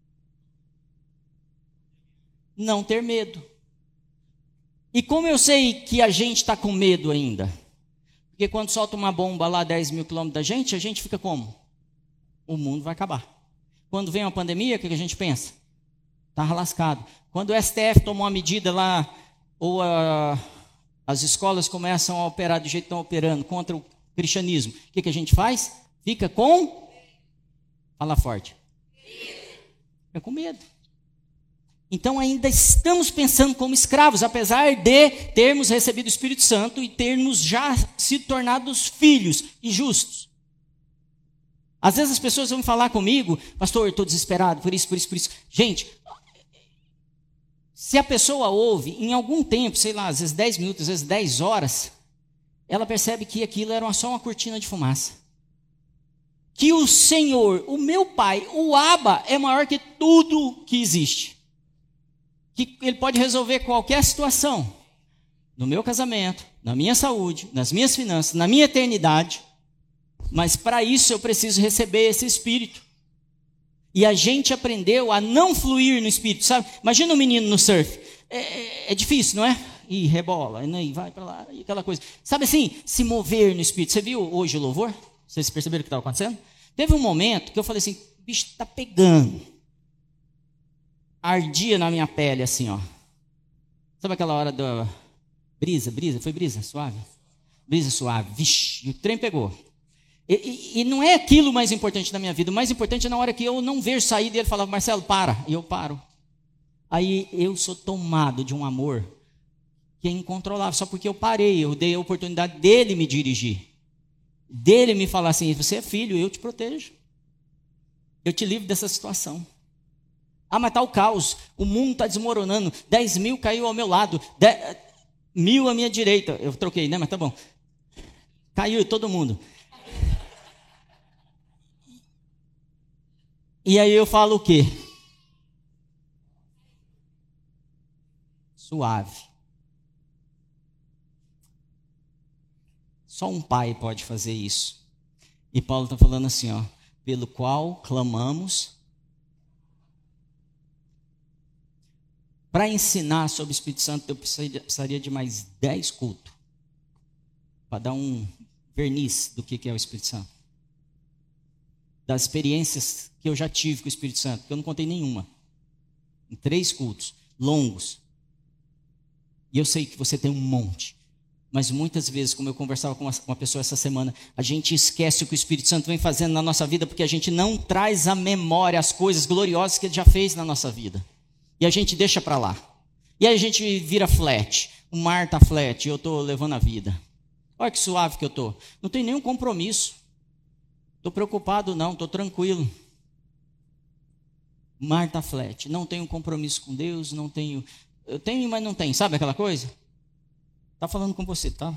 Não ter medo. E como eu sei que a gente está com medo ainda? Porque quando solta uma bomba lá a dez mil quilômetros da gente, a gente fica como? O mundo vai acabar. Quando vem uma pandemia, o que a gente pensa? Está lascado. Quando o S T F tomou uma medida lá, ou a, as escolas começam a operar do jeito que estão operando contra o cristianismo, o que, que a gente faz? Fica com... Fala forte. Fica com medo. Então ainda estamos pensando como escravos, apesar de termos recebido o Espírito Santo e termos já se tornados filhos e justos. Às vezes as pessoas vão falar comigo, pastor, eu estou desesperado por isso, por isso, por isso. Gente, se a pessoa ouve, em algum tempo, sei lá, às vezes dez minutos, às vezes dez horas, ela percebe que aquilo era só uma cortina de fumaça. Que o Senhor, o meu Pai, o Abba, é maior que tudo que existe. Que Ele pode resolver qualquer situação. No meu casamento, na minha saúde, nas minhas finanças, na minha eternidade. Mas para isso eu preciso receber esse Espírito. E a gente aprendeu a não fluir no Espírito, sabe? Imagina um menino no surf. É, é, é difícil, não é? E rebola, e vai para lá, e aquela coisa. Sabe assim, se mover no Espírito. Você viu hoje o louvor? Vocês perceberam o que estava acontecendo? Teve um momento que eu falei assim, o bicho está pegando. Ardia na minha pele assim, ó. Sabe aquela hora da brisa, brisa? Foi brisa suave? Brisa suave. Vixe, o trem pegou. E, e, e não é aquilo o mais importante na minha vida. O mais importante é na hora que eu não vejo sair dele, falava, Marcelo, para. E eu paro. Aí eu sou tomado de um amor que é incontrolável. Só porque eu parei, eu dei a oportunidade dele me dirigir. Dele me falar assim, você é filho, eu te protejo. Eu te livro dessa situação. Ah, mas está o caos, o mundo está desmoronando, dez mil caiu ao meu lado, dez, mil à minha direita. Eu troquei, né? Mas tá bom. Caiu todo mundo. E aí eu falo o quê? Suave. Só um pai pode fazer isso. E Paulo está falando assim, ó, pelo qual clamamos. Para ensinar sobre o Espírito Santo, eu precisaria de mais dez cultos. Para dar um verniz do que é o Espírito Santo. Das experiências que eu já tive com o Espírito Santo, que eu não contei nenhuma. Em três cultos, longos. E eu sei que você tem um monte. Mas muitas vezes, como eu conversava com uma pessoa essa semana, a gente esquece o que o Espírito Santo vem fazendo na nossa vida, porque a gente não traz à memória as coisas gloriosas que ele já fez na nossa vida. E a gente deixa para lá. E aí a gente vira flat. O mar está flat e eu estou levando a vida. Olha que suave que eu estou. Não tenho nenhum compromisso. Estou preocupado não, estou tranquilo. O mar está flat. Não tenho compromisso com Deus, não tenho... Eu tenho, mas não tenho. Sabe aquela coisa? Está falando com você, tá?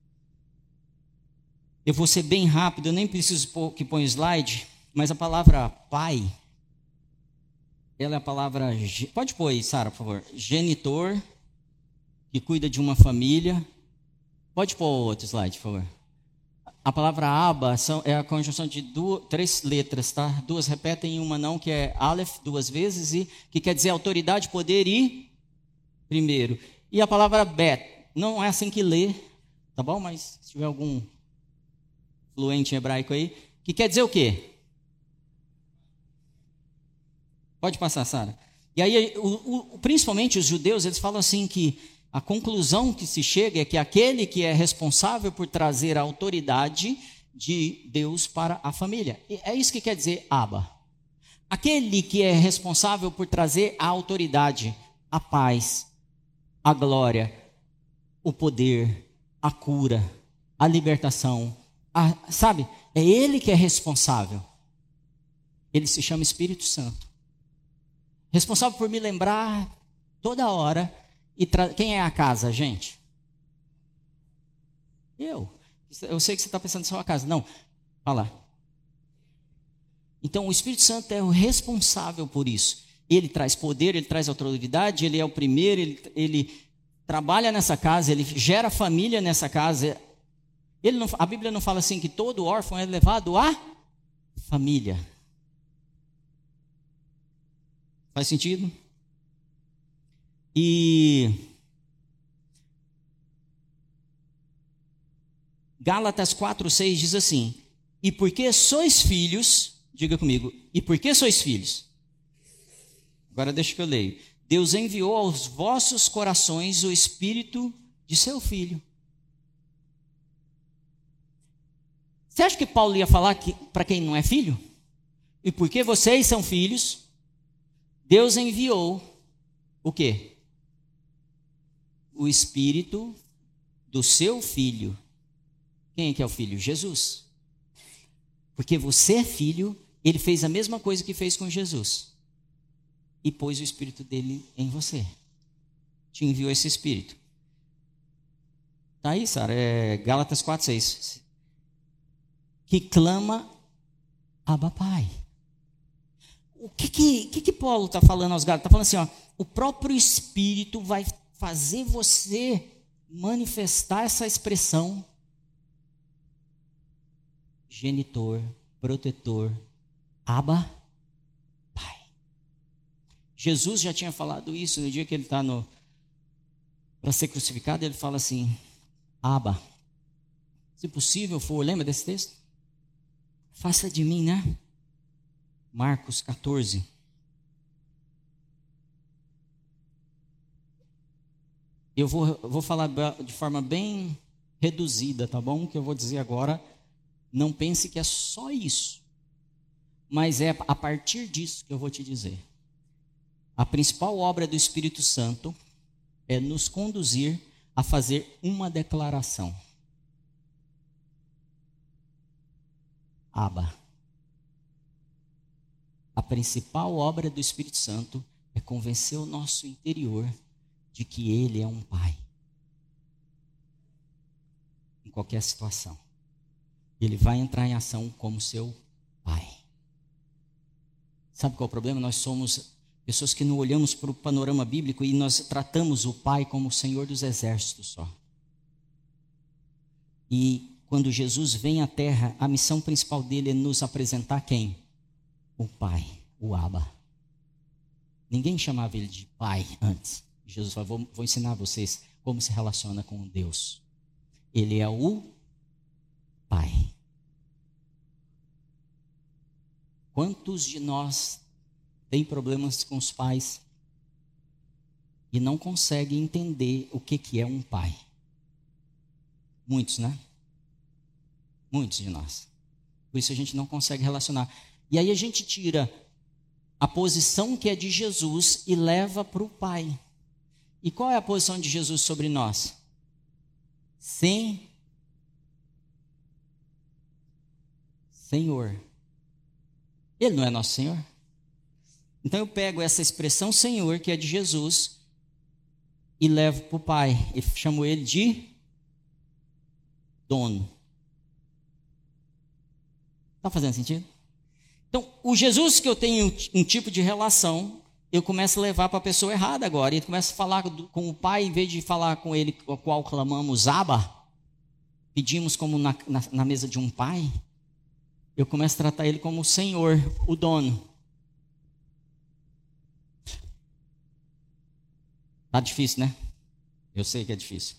Eu vou ser bem rápido, eu nem preciso que ponha slide, mas a palavra pai, ela é a palavra... Pode pôr aí, Sara, por favor. Genitor, que cuida de uma família. Pode pôr outro slide, por favor. A palavra Abba são, é a conjunção de duas, três letras, tá? Duas repetem e uma não, que é Aleph, duas vezes, e que quer dizer autoridade, poder e primeiro. E a palavra Bet. Não é assim que lê, tá bom? Mas se tiver algum fluente em hebraico aí, que quer dizer o quê? Pode passar, Sara. E aí, o, o, principalmente os judeus, eles falam assim que a conclusão que se chega é que aquele que é responsável por trazer a autoridade de Deus para a família. E é isso que quer dizer Abba. Aquele que é responsável por trazer a autoridade, a paz, a glória, o poder, a cura, a libertação, a, sabe? É Ele que é responsável. Ele se chama Espírito Santo. Responsável por me lembrar toda hora. E tra... Quem é a casa, gente? Eu. Eu sei que você está pensando em sua casa. Não, fala lá. Então o Espírito Santo é o responsável por isso. Ele traz poder, ele traz autoridade, ele é o primeiro, ele... ele trabalha nessa casa, ele gera família nessa casa. Ele não, a Bíblia não fala assim que todo órfão é levado à família. Faz sentido? E Gálatas quatro, seis diz assim: e porque sois filhos, diga comigo, e porque sois filhos? Agora deixa que eu leio. Deus enviou aos vossos corações o Espírito de seu Filho. Você acha que Paulo ia falar que, para quem não é filho? E porque vocês são filhos, Deus enviou o quê? O Espírito do seu Filho. Quem é que é o Filho? Jesus. Porque você é filho, ele fez a mesma coisa que fez com Jesus. E pôs o Espírito dele em você. Te enviou esse Espírito. Está aí, Sara, é Gálatas quatro, seis. Que clama, Abba Pai. O que que, que, que Paulo está falando aos Gálatas? Está falando assim, ó, o próprio Espírito vai fazer você manifestar essa expressão. Genitor, protetor, Abba Pai. Jesus já tinha falado isso no dia que ele está para ser crucificado. Ele fala assim: Abba, se possível for, lembra desse texto? Faça de mim, né? Marcos quatorze. Eu vou, eu vou falar de forma bem reduzida, tá bom? O que eu vou dizer agora, não pense que é só isso. Mas é a partir disso que eu vou te dizer. A principal obra do Espírito Santo é nos conduzir a fazer uma declaração. Abba. A principal obra do Espírito Santo é convencer o nosso interior de que Ele é um Pai. Em qualquer situação. Ele vai entrar em ação como seu Pai. Sabe qual é o problema? Nós somos pessoas que não olhamos para o panorama bíblico e nós tratamos o Pai como o Senhor dos exércitos só. E quando Jesus vem à terra, a missão principal dele é nos apresentar quem? O Pai, o Abba. Ninguém chamava ele de Pai antes. Jesus falou, vou, vou ensinar vocês como se relaciona com Deus. Ele é o Pai. Quantos de nós têm problemas com os pais e não conseguem entender o que, que é um pai? Muitos, né? Muitos de nós. Por isso a gente não consegue relacionar. E aí a gente tira a posição que é de Jesus e leva para o Pai. E qual é a posição de Jesus sobre nós? Sim. Senhor. Ele não é nosso Senhor? Então eu pego essa expressão Senhor, que é de Jesus, e levo para o Pai. E chamo ele de dono. Está fazendo sentido? Então, o Jesus que eu tenho um tipo de relação, eu começo a levar para a pessoa errada agora. E eu começo a falar com o Pai, em vez de falar com ele, com o qual clamamos Abba, pedimos como na, na, na mesa de um pai, eu começo a tratar ele como o Senhor, o dono. Tá difícil, né? Eu sei que é difícil.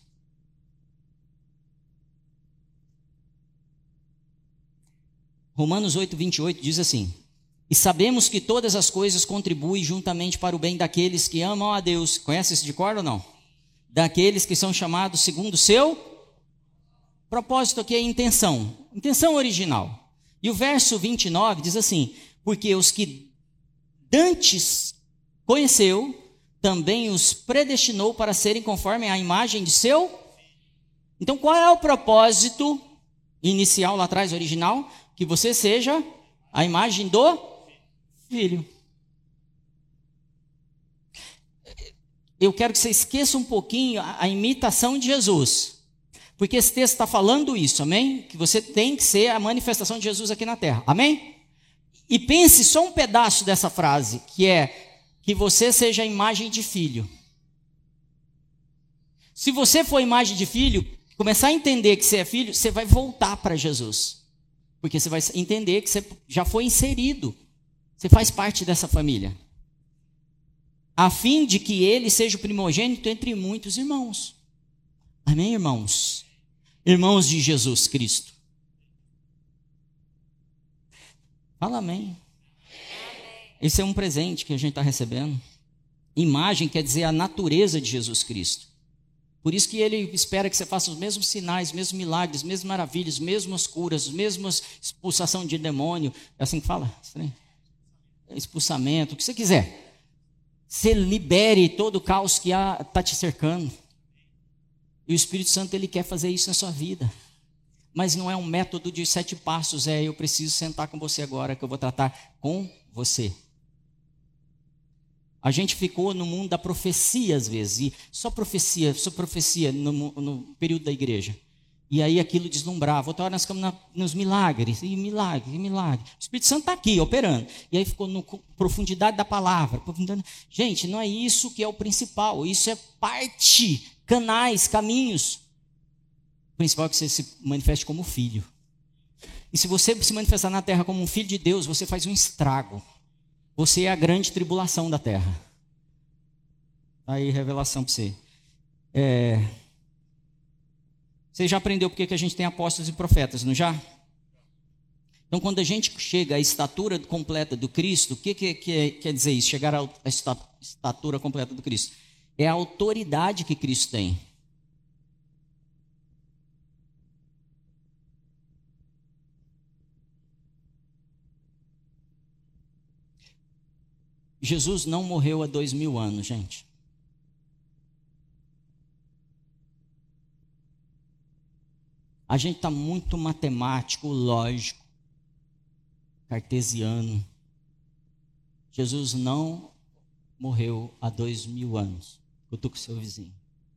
Romanos oito, vinte e oito diz assim: e sabemos que todas as coisas contribuem juntamente para o bem daqueles que amam a Deus. Conhece esse de cor ou não? Daqueles que são chamados segundo o seu propósito, aqui é intenção. Intenção original. E o verso vinte e nove diz assim: porque os que dantes conheceu, também os predestinou para serem conforme a imagem de seu. Então qual é o propósito inicial lá atrás, original? Que você seja a imagem do Filho. Eu quero que você esqueça um pouquinho a, a imitação de Jesus. Porque esse texto está falando isso, amém? Que você tem que ser a manifestação de Jesus aqui na terra, amém? E pense só um pedaço dessa frase, que é que você seja a imagem de filho. Se você for imagem de filho, começar a entender que você é filho, você vai voltar para Jesus. Porque você vai entender que você já foi inserido. Você faz parte dessa família. A fim de que ele seja o primogênito entre muitos irmãos. Amém, irmãos? Irmãos de Jesus Cristo. Fala amém. Esse é um presente que a gente está recebendo. Imagem quer dizer a natureza de Jesus Cristo. Por isso que ele espera que você faça os mesmos sinais, os mesmos milagres, as mesmas maravilhas, as mesmas curas, as mesmas expulsação de demônio. É assim que fala? Expulsamento, o que você quiser. Você libere todo o caos que está te cercando. E o Espírito Santo, ele quer fazer isso na sua vida. Mas não é um método de sete passos, é eu preciso sentar com você agora que eu vou tratar com você. A gente ficou no mundo da profecia às vezes, e só profecia, só profecia no, no período da igreja. E aí aquilo deslumbrava. Outra hora nós ficamos na, nos milagres, e milagre, e milagre. O Espírito Santo está aqui, operando. E aí ficou na profundidade da palavra. Profundidade. Gente, não é isso que é o principal, isso é parte, canais, caminhos. O principal é que você se manifeste como filho. E se você se manifestar na terra como um filho de Deus, você faz um estrago. Você é a grande tribulação da terra. Aí, revelação para você. É... Você já aprendeu porque que a gente tem apóstolos e profetas, não já? Então, quando a gente chega à estatura completa do Cristo, o que, que, que quer dizer isso? Chegar à estatura completa do Cristo. É a autoridade que Cristo tem. Jesus não morreu há dois mil anos, gente. A gente está muito matemático, lógico, cartesiano. Jesus não morreu há dois mil anos. Eu estou com o seu vizinho.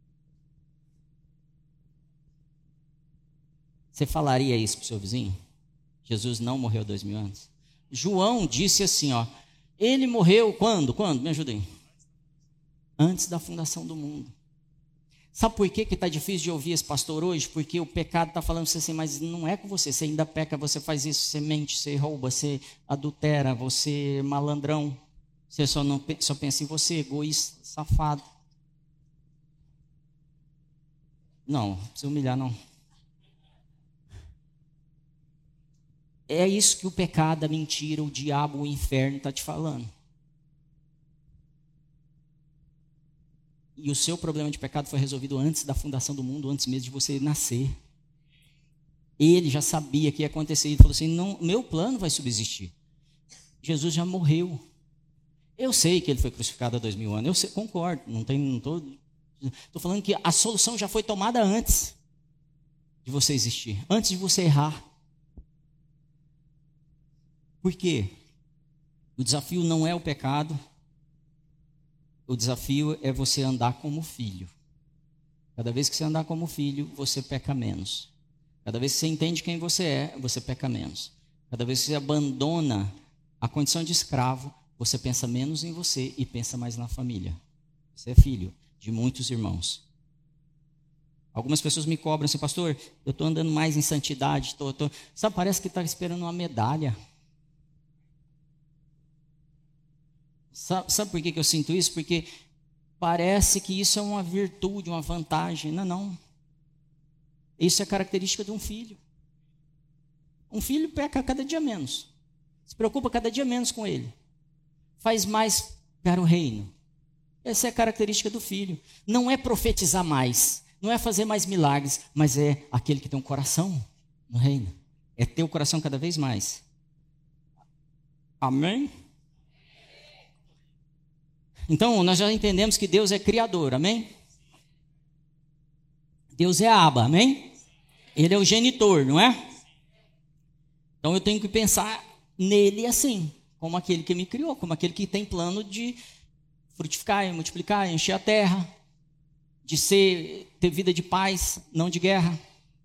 Você falaria isso para o seu vizinho? Jesus não morreu há dois mil anos? João disse assim, ó. Ele morreu quando? Quando? Me ajudem. Antes da fundação do mundo. Sabe por que está difícil de ouvir esse pastor hoje? Porque o pecado está falando assim, mas não é com você. Você ainda peca, você faz isso, você mente, você rouba, você adultera, você é malandrão. Você só, não, só pensa em você, egoísta, safado. Não, não precisa humilhar, não. É isso que o pecado, a mentira, o diabo, o inferno está te falando. E o seu problema de pecado foi resolvido antes da fundação do mundo, antes mesmo de você nascer. Ele já sabia que ia acontecer. Ele falou assim, não, meu plano vai subsistir. Jesus já morreu. Eu sei que ele foi crucificado há dois mil anos. Eu sei, concordo. Não tem, não estou... Estou falando que a solução já foi tomada antes de você existir. Antes de você errar. Por quê? O desafio não é o pecado. O desafio é você andar como filho. Cada vez que você andar como filho, você peca menos. Cada vez que você entende quem você é, você peca menos. Cada vez que você abandona a condição de escravo, você pensa menos em você e pensa mais na família. Você é filho de muitos irmãos. Algumas pessoas me cobram assim, pastor, eu estou andando mais em santidade. Tô, tô... Sabe, parece que está esperando uma medalha. Sabe, sabe por que, que eu sinto isso? Porque parece que isso é uma virtude, uma vantagem. Não, não. Isso é característica de um filho. Um filho peca cada dia menos. Se preocupa cada dia menos com ele. Faz mais para o reino. Essa é a característica do filho. Não é profetizar mais. Não é fazer mais milagres. Mas é aquele que tem um coração no reino. É ter o coração cada vez mais. Amém? Então, nós já entendemos que Deus é criador, amém? Deus é Abba, amém? Ele é o genitor, não é? Então, eu tenho que pensar nele assim, como aquele que me criou, como aquele que tem plano de frutificar, multiplicar, encher a terra, de ser, ter vida de paz, não de guerra.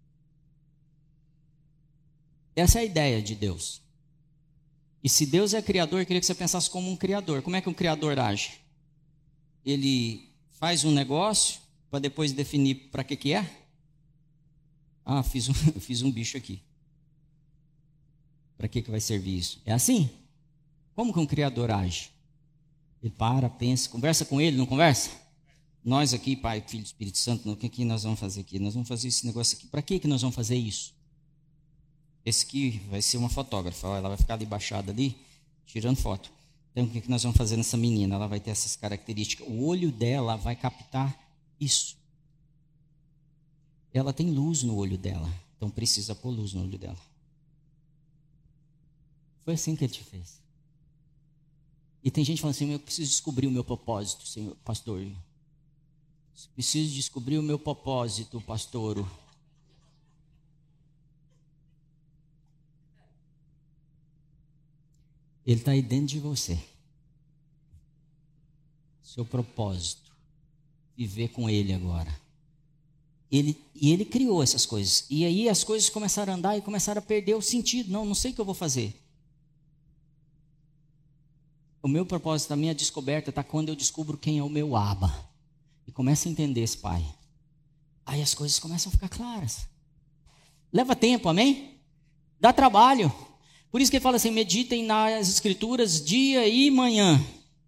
Essa é a ideia de Deus. E se Deus é criador, eu queria que você pensasse como um criador. Como é que um criador age? Ele faz um negócio para depois definir para que que é? Ah, fiz um, fiz um bicho aqui. Para que que vai servir isso? É assim? Como que um criador age? Ele para, pensa, conversa com ele, não conversa? Nós aqui, Pai, Filho, Espírito Santo, o que que nós vamos fazer aqui? Nós vamos fazer esse negócio aqui. Para que que nós vamos fazer isso? Esse aqui vai ser uma fotógrafa. Ela vai ficar ali baixada ali, tirando foto. Então, o que que nós vamos fazer nessa menina? Ela vai ter essas características. O olho dela vai captar isso. Ela tem luz no olho dela. Então, precisa pôr luz no olho dela. Foi assim que ele te fez. E tem gente falando assim, eu preciso descobrir o meu propósito, senhor pastor. Preciso descobrir o meu propósito, pastor. Ele está aí dentro de você. Seu propósito. Viver com ele agora. Ele, e ele criou essas coisas. E aí as coisas começaram a andar e começaram a perder o sentido. Não, não sei o que eu vou fazer. O meu propósito, a minha descoberta está quando eu descubro quem é o meu Abba. E começo a entender esse Pai. Aí as coisas começam a ficar claras. Leva tempo, amém? Dá trabalho. Por isso que ele fala assim, meditem nas escrituras dia e manhã.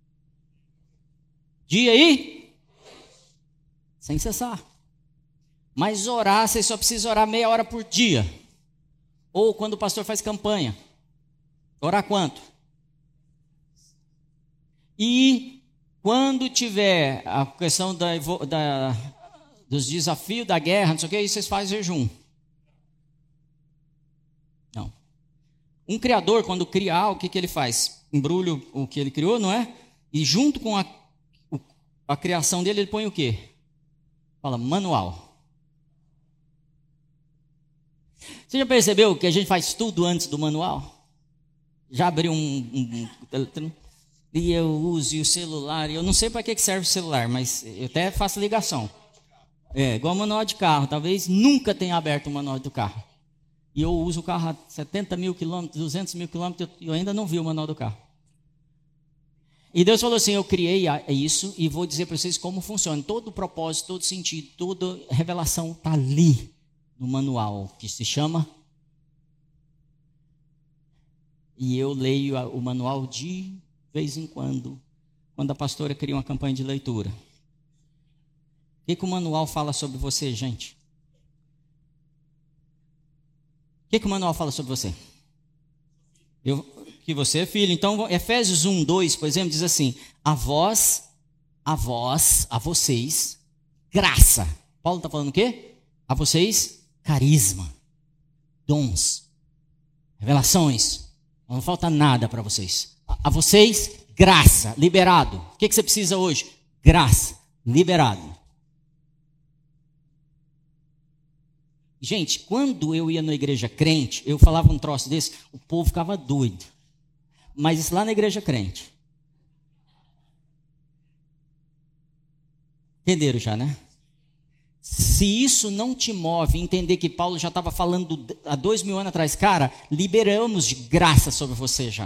Dia e? Sem cessar. Mas orar, você só precisa orar meia hora por dia. Ou quando o pastor faz campanha. Orar quanto? E quando tiver a questão da, da, dos desafios da guerra, não sei o que, aí vocês fazem jejum. Não. Um criador, quando cria algo, o que, que ele faz? Embrulha o que ele criou, não é? E junto com a, a criação dele, ele põe o quê? Fala, manual. Você já percebeu que a gente faz tudo antes do manual? Já abriu um... um, um e eu uso o celular, eu não sei para que serve o celular, mas eu até faço ligação. É, igual o manual de carro, talvez nunca tenha aberto o manual do carro. E eu uso o carro a setenta mil quilômetros, duzentos mil quilômetros, eu ainda não vi o manual do carro. E Deus falou assim, eu criei isso e vou dizer para vocês como funciona. Todo o propósito, todo sentido, toda revelação está ali no manual, que se chama... E eu leio o manual de vez em quando, quando a pastora cria uma campanha de leitura. O que, que o manual fala sobre você, gente? que, que o manual fala sobre você? Eu, que você é filho. Então, Efésios um, dois, por exemplo, diz assim: a vós, a vós, a vocês, graça. Paulo está falando o quê? A vocês, carisma, dons, revelações. Não falta nada para vocês. A, a vocês, graça, liberado. O que, que você precisa hoje? Graça, liberado. Gente, quando eu ia na igreja crente, eu falava um troço desse, o povo ficava doido. Mas isso lá na igreja crente. Entenderam já, né? Se isso não te move, entender que Paulo já estava falando há dois mil anos atrás, cara, liberamos de graça sobre você já.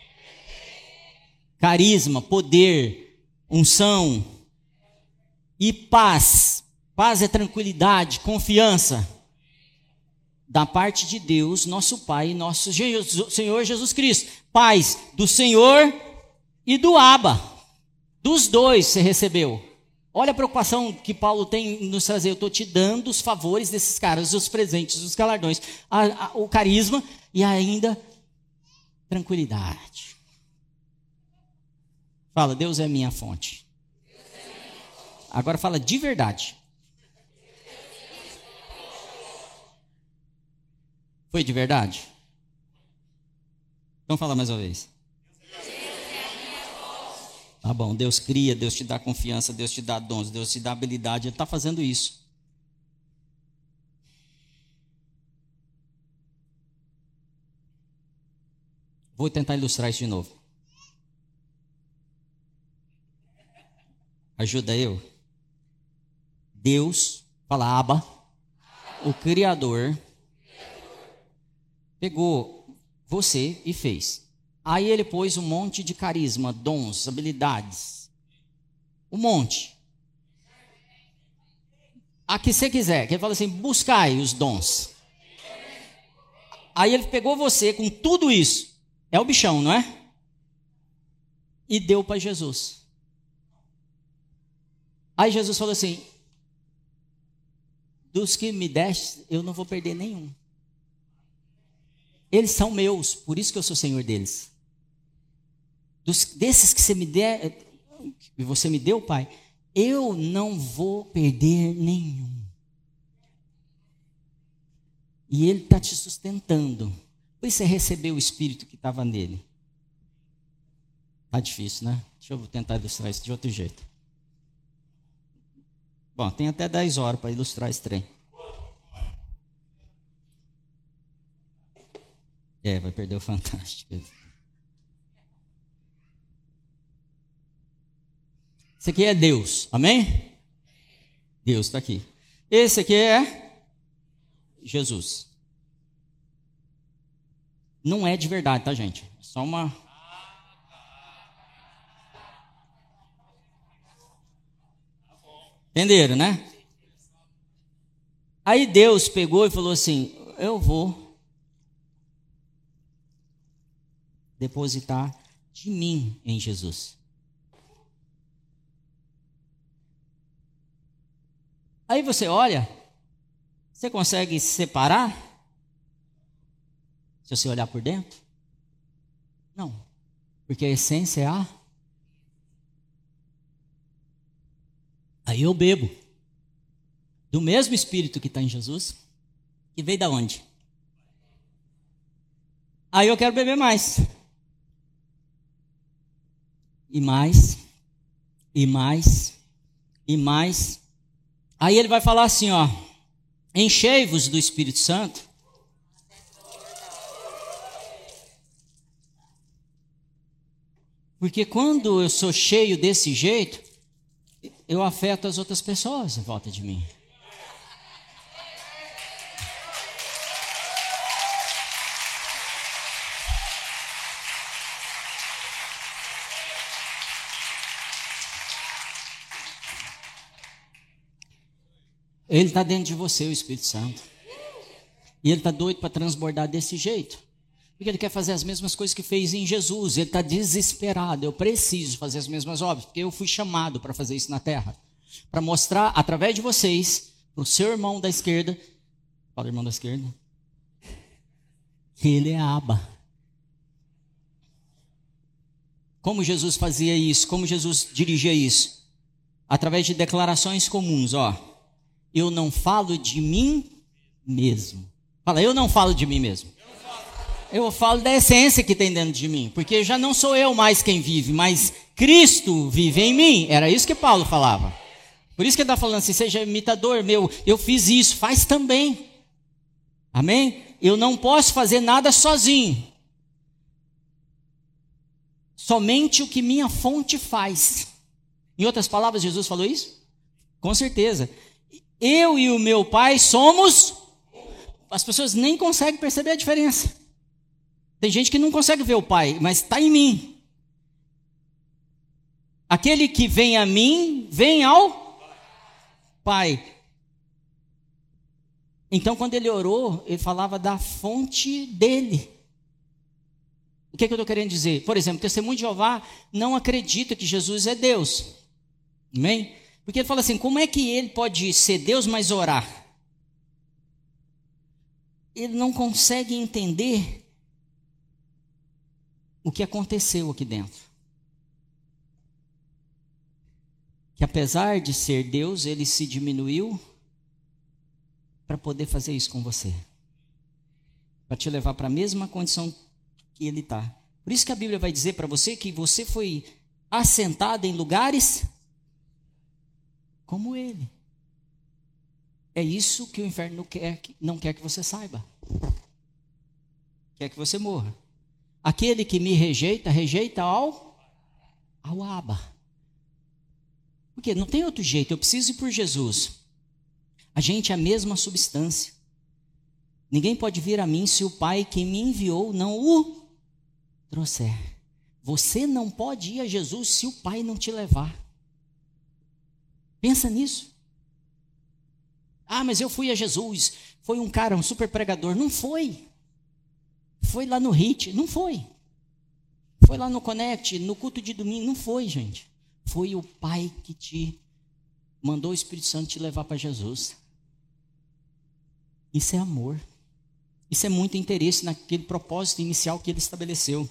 Carisma, poder, unção e paz. Paz é tranquilidade, confiança. Da parte de Deus, nosso Pai e nosso Senhor Jesus Cristo. Paz do Senhor e do Abba. Dos dois você recebeu. Olha a preocupação que Paulo tem em nos trazer. Eu estou te dando os favores desses caras, os presentes, os galardões, a, a, o carisma e ainda tranquilidade. Fala, Deus é minha fonte. Agora fala de verdade. Foi de verdade? Então fala mais uma vez. Tá bom, Deus cria, Deus te dá confiança, Deus te dá dons, Deus te dá habilidade, Ele está fazendo isso. Vou tentar ilustrar isso de novo. Ajuda eu. Deus, fala Abba, o Criador, pegou você e fez. Aí ele pôs um monte de carisma, dons, habilidades. Um monte. A que você quiser. Que ele fala assim, buscai os dons. Aí ele pegou você com tudo isso. É o bichão, não é? E deu para Jesus. Aí Jesus falou assim, dos que me deste, eu não vou perder nenhum. Eles são meus, por isso que eu sou senhor deles. Dos, desses que você me der, que você me deu, Pai, eu não vou perder nenhum. E Ele está te sustentando. Por isso você recebeu o Espírito que estava nele. Está difícil, né? Deixa eu tentar ilustrar isso de outro jeito. Bom, tem até dez horas para ilustrar esse trem. É, vai perder o fantástico. Esse aqui é Deus, amém? Deus está aqui. Esse aqui é Jesus. Não é de verdade, tá, gente? É só uma... Entenderam, né? Aí Deus pegou e falou assim, eu vou depositar de mim em Jesus. Aí você olha, você consegue separar? Se você olhar por dentro? Não, porque a essência é a... Aí eu bebo do mesmo Espírito que está em Jesus, que veio da onde? Aí eu quero beber mais. E mais, e mais, e mais. Aí ele vai falar assim, ó, enchei-vos do Espírito Santo. Porque quando eu sou cheio desse jeito, eu afeto as outras pessoas em volta de mim. Ele está dentro de você, o Espírito Santo. E ele está doido para transbordar desse jeito. Porque ele quer fazer as mesmas coisas que fez em Jesus. Ele está desesperado. Eu preciso fazer as mesmas obras. Porque eu fui chamado para fazer isso na terra. Para mostrar, através de vocês, para o seu irmão da esquerda. Fala, irmão da esquerda. porque Ele é Abba. Como Jesus fazia isso? Como Jesus dirigia isso? Através de declarações comuns, ó. Eu não falo de mim mesmo. Fala, eu não falo de mim mesmo. Eu falo da essência que tem dentro de mim, porque já não sou eu mais quem vive, mas Cristo vive em mim. Era isso que Paulo falava. Por isso que ele está falando assim, seja imitador meu, eu fiz isso, faz também. Amém? Eu não posso fazer nada sozinho. Somente o que minha fonte faz. Em outras palavras, Jesus falou isso? Com certeza. Eu e o meu Pai somos... As pessoas nem conseguem perceber a diferença. Tem gente que não consegue ver o Pai, mas está em mim. Aquele que vem a mim, vem ao Pai. Então, quando ele orou, ele falava da fonte dele. O que, é que eu estou querendo dizer? Por exemplo, o testemunho de Jeová não acredita que Jesus é Deus. Amém? Porque ele fala assim, como é que ele pode ser Deus, mas orar? Ele não consegue entender o que aconteceu aqui dentro. Que apesar de ser Deus, ele se diminuiu para poder fazer isso com você. Para te levar para a mesma condição que ele está. Por isso que a Bíblia vai dizer para você que você foi assentado em lugares como ele. É isso que o inferno quer, não quer que você saiba. Quer que você morra. Aquele que me rejeita, rejeita ao, ao Abba. Porque não tem outro jeito, eu preciso ir por Jesus. A gente é a mesma substância. Ninguém pode vir a mim se o Pai que me enviou não o trouxer. Você não pode ir a Jesus se o Pai não te levar. Pensa nisso. Ah, mas eu fui a Jesus, foi um cara, um super pregador. Não foi. Foi lá no Hit, não foi. Foi lá no Connect, no culto de domingo, não foi, gente. Foi o Pai que te mandou o Espírito Santo te levar para Jesus. Isso é amor. Isso é muito interesse naquele propósito inicial que ele estabeleceu.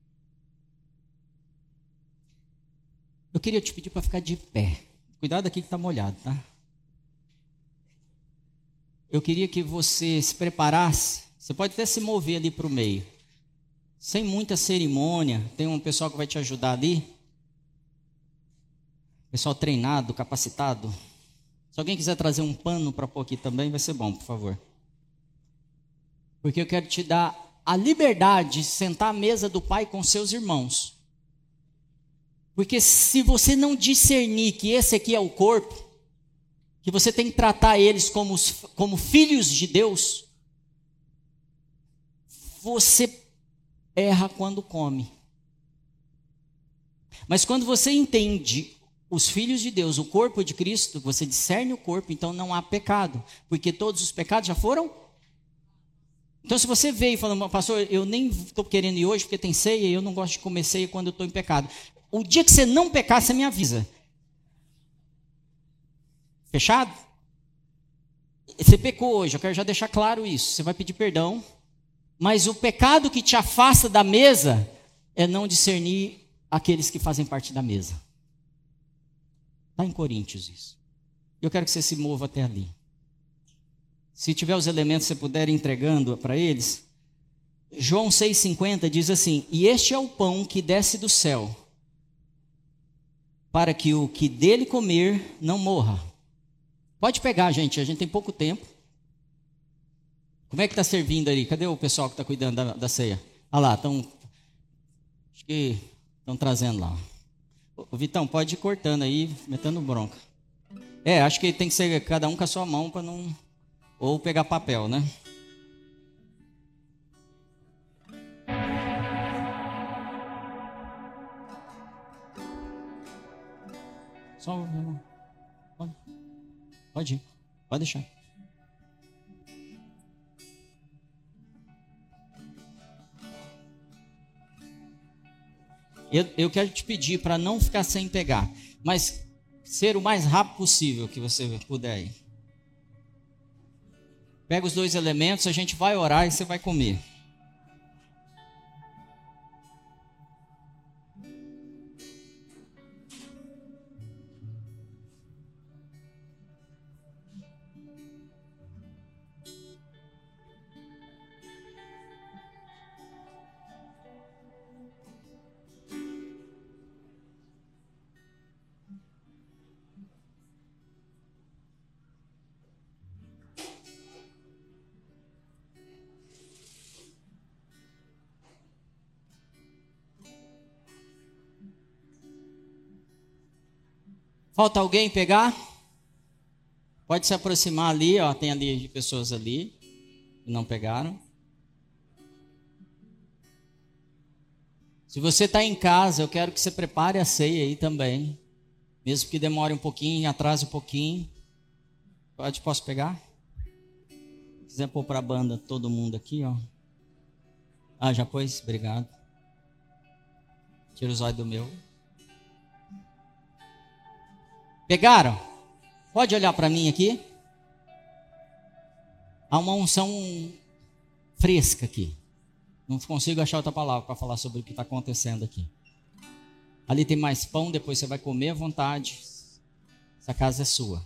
Eu queria te pedir para ficar de pé. Cuidado aqui que está molhado, tá? Eu queria que você se preparasse. Você pode até se mover ali para o meio. Sem muita cerimônia. Tem um pessoal que vai te ajudar ali. Pessoal treinado, capacitado. Se alguém quiser trazer um pano para pôr aqui também, vai ser bom, por favor. Porque eu quero te dar a liberdade de sentar à mesa do Pai com seus irmãos. Porque se você não discernir que esse aqui é o corpo, que você tem que tratar eles como, como filhos de Deus, você erra quando come. Mas quando você entende os filhos de Deus, o corpo de Cristo, você discerne o corpo, então não há pecado, porque todos os pecados já foram. Então se você veio falando, pastor, eu nem estou querendo ir hoje porque tem ceia e eu não gosto de comer ceia quando eu estou em pecado. O dia que você não pecar, você me avisa. Fechado? Você pecou hoje, eu quero já deixar claro isso. Você vai pedir perdão, mas o pecado que te afasta da mesa é não discernir aqueles que fazem parte da mesa. Está em Coríntios isso. Eu quero que você se mova até ali. Se tiver os elementos, você puder ir entregando para eles. João seis, cinquenta diz assim, e este é o pão que desce do céu, para que o que dele comer não morra. Pode pegar, gente, a gente tem pouco tempo. Como é que está servindo ali? Cadê o pessoal que está cuidando da, da ceia? Ah lá, estão... Acho que estão trazendo lá. Ô, Vitão, pode ir cortando aí, metendo bronca. É, acho que tem que ser cada um com a sua mão para não... Ou pegar papel, né? Só... Pode, pode ir, pode deixar. Eu, eu quero te pedir para não ficar sem pegar, mas ser o mais rápido possível que você puder ir. Pega os dois elementos, a gente vai orar e você vai comer. Falta alguém pegar? Pode se aproximar ali, ó, tem ali de pessoas ali que não pegaram. Se você está em casa, eu quero que você prepare a ceia aí também. Mesmo que demore um pouquinho, atrase um pouquinho. Pode, posso pegar? Se quiser pôr para a banda todo mundo aqui, ó. Ah, já pôs? Obrigado. Tira os olhos do meu. Pegaram? Pode olhar para mim aqui? Há uma unção fresca aqui. Não consigo achar outra palavra para falar sobre o que está acontecendo aqui. Ali tem mais pão, depois você vai comer à vontade. Essa casa é sua.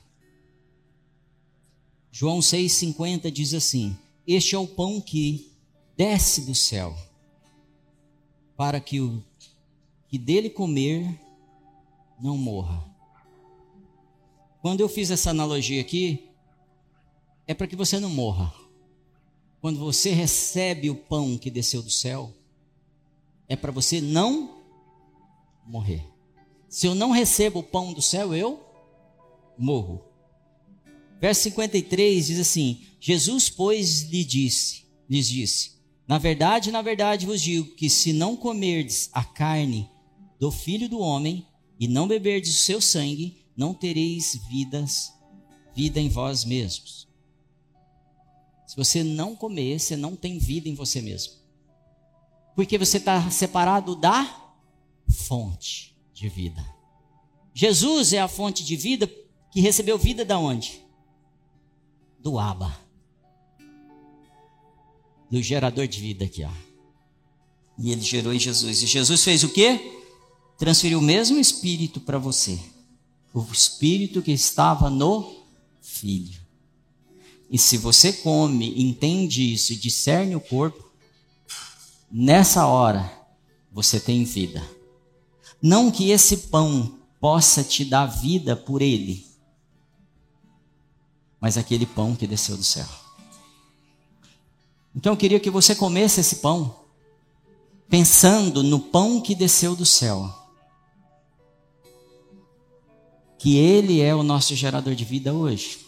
João seis, cinquenta diz assim: este é o pão que desce do céu, para que o que dele comer não morra. Quando eu fiz essa analogia aqui, é para que você não morra. Quando você recebe o pão que desceu do céu, é para você não morrer. Se eu não recebo o pão do céu, eu morro. Verso cinquenta e três diz assim: Jesus, pois, lhe disse, lhes disse: na verdade, na verdade vos digo que se não comerdes a carne do Filho do Homem e não beberdes o seu sangue, não tereis vidas, vida em vós mesmos. Se você não comer, você não tem vida em você mesmo. Porque você está separado da fonte de vida. Jesus é a fonte de vida que recebeu vida da onde? Do Abba. Do gerador de vida aqui, ó. E ele gerou em Jesus. E Jesus fez o quê? Transferiu o mesmo Espírito para você. O Espírito que estava no Filho. E se você come, entende isso e discerne o corpo, nessa hora você tem vida. Não que esse pão possa te dar vida por ele, mas aquele pão que desceu do céu. Então eu queria que você comesse esse pão, pensando no pão que desceu do céu. Que ele é o nosso gerador de vida hoje.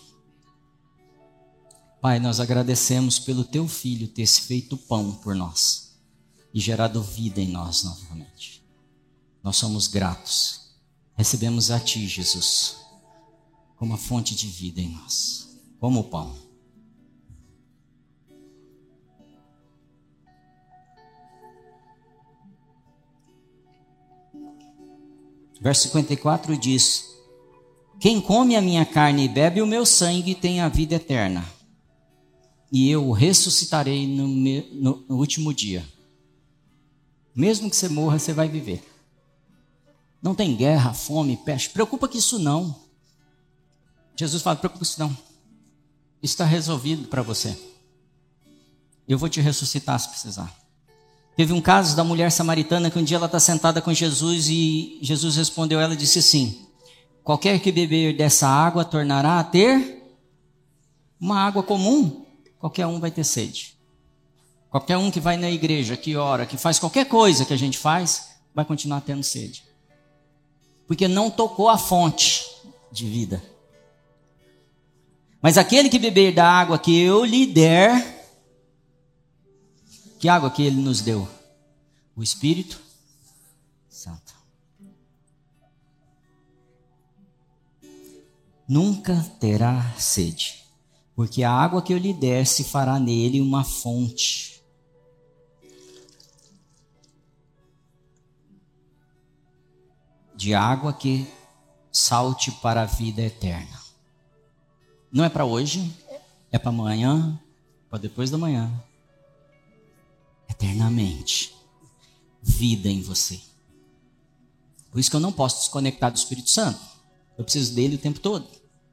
Pai, nós agradecemos pelo teu filho ter se feito pão por nós e gerado vida em nós novamente. Nós somos gratos. Recebemos a ti, Jesus, como a fonte de vida em nós, como o pão. Verso cinquenta e quatro diz: quem come a minha carne e bebe o meu sangue tem a vida eterna, e eu o ressuscitarei no, me, no, no último dia. Mesmo que você morra, você vai viver. Não tem guerra, fome, peste. Preocupa com isso não. Jesus fala: preocupa com isso não. Isso está resolvido para você. Eu vou te ressuscitar se precisar. Teve um caso da mulher samaritana que um dia ela está sentada com Jesus e Jesus respondeu ela e disse assim: qualquer que beber dessa água tornará a ter uma água comum. Qualquer um vai ter sede. Qualquer um que vai na igreja, que ora, que faz qualquer coisa que a gente faz, vai continuar tendo sede. Porque não tocou a fonte de vida. Mas aquele que beber da água que eu lhe der, que água que ele nos deu? O Espírito Santo. Nunca terá sede, porque a água que eu lhe der se fará nele uma fonte. De água que salte para a vida eterna. Não é para hoje, é para amanhã, para depois da manhã. Eternamente. Vida em você. Por isso que eu não posso desconectar do Espírito Santo. Eu preciso dele o tempo todo.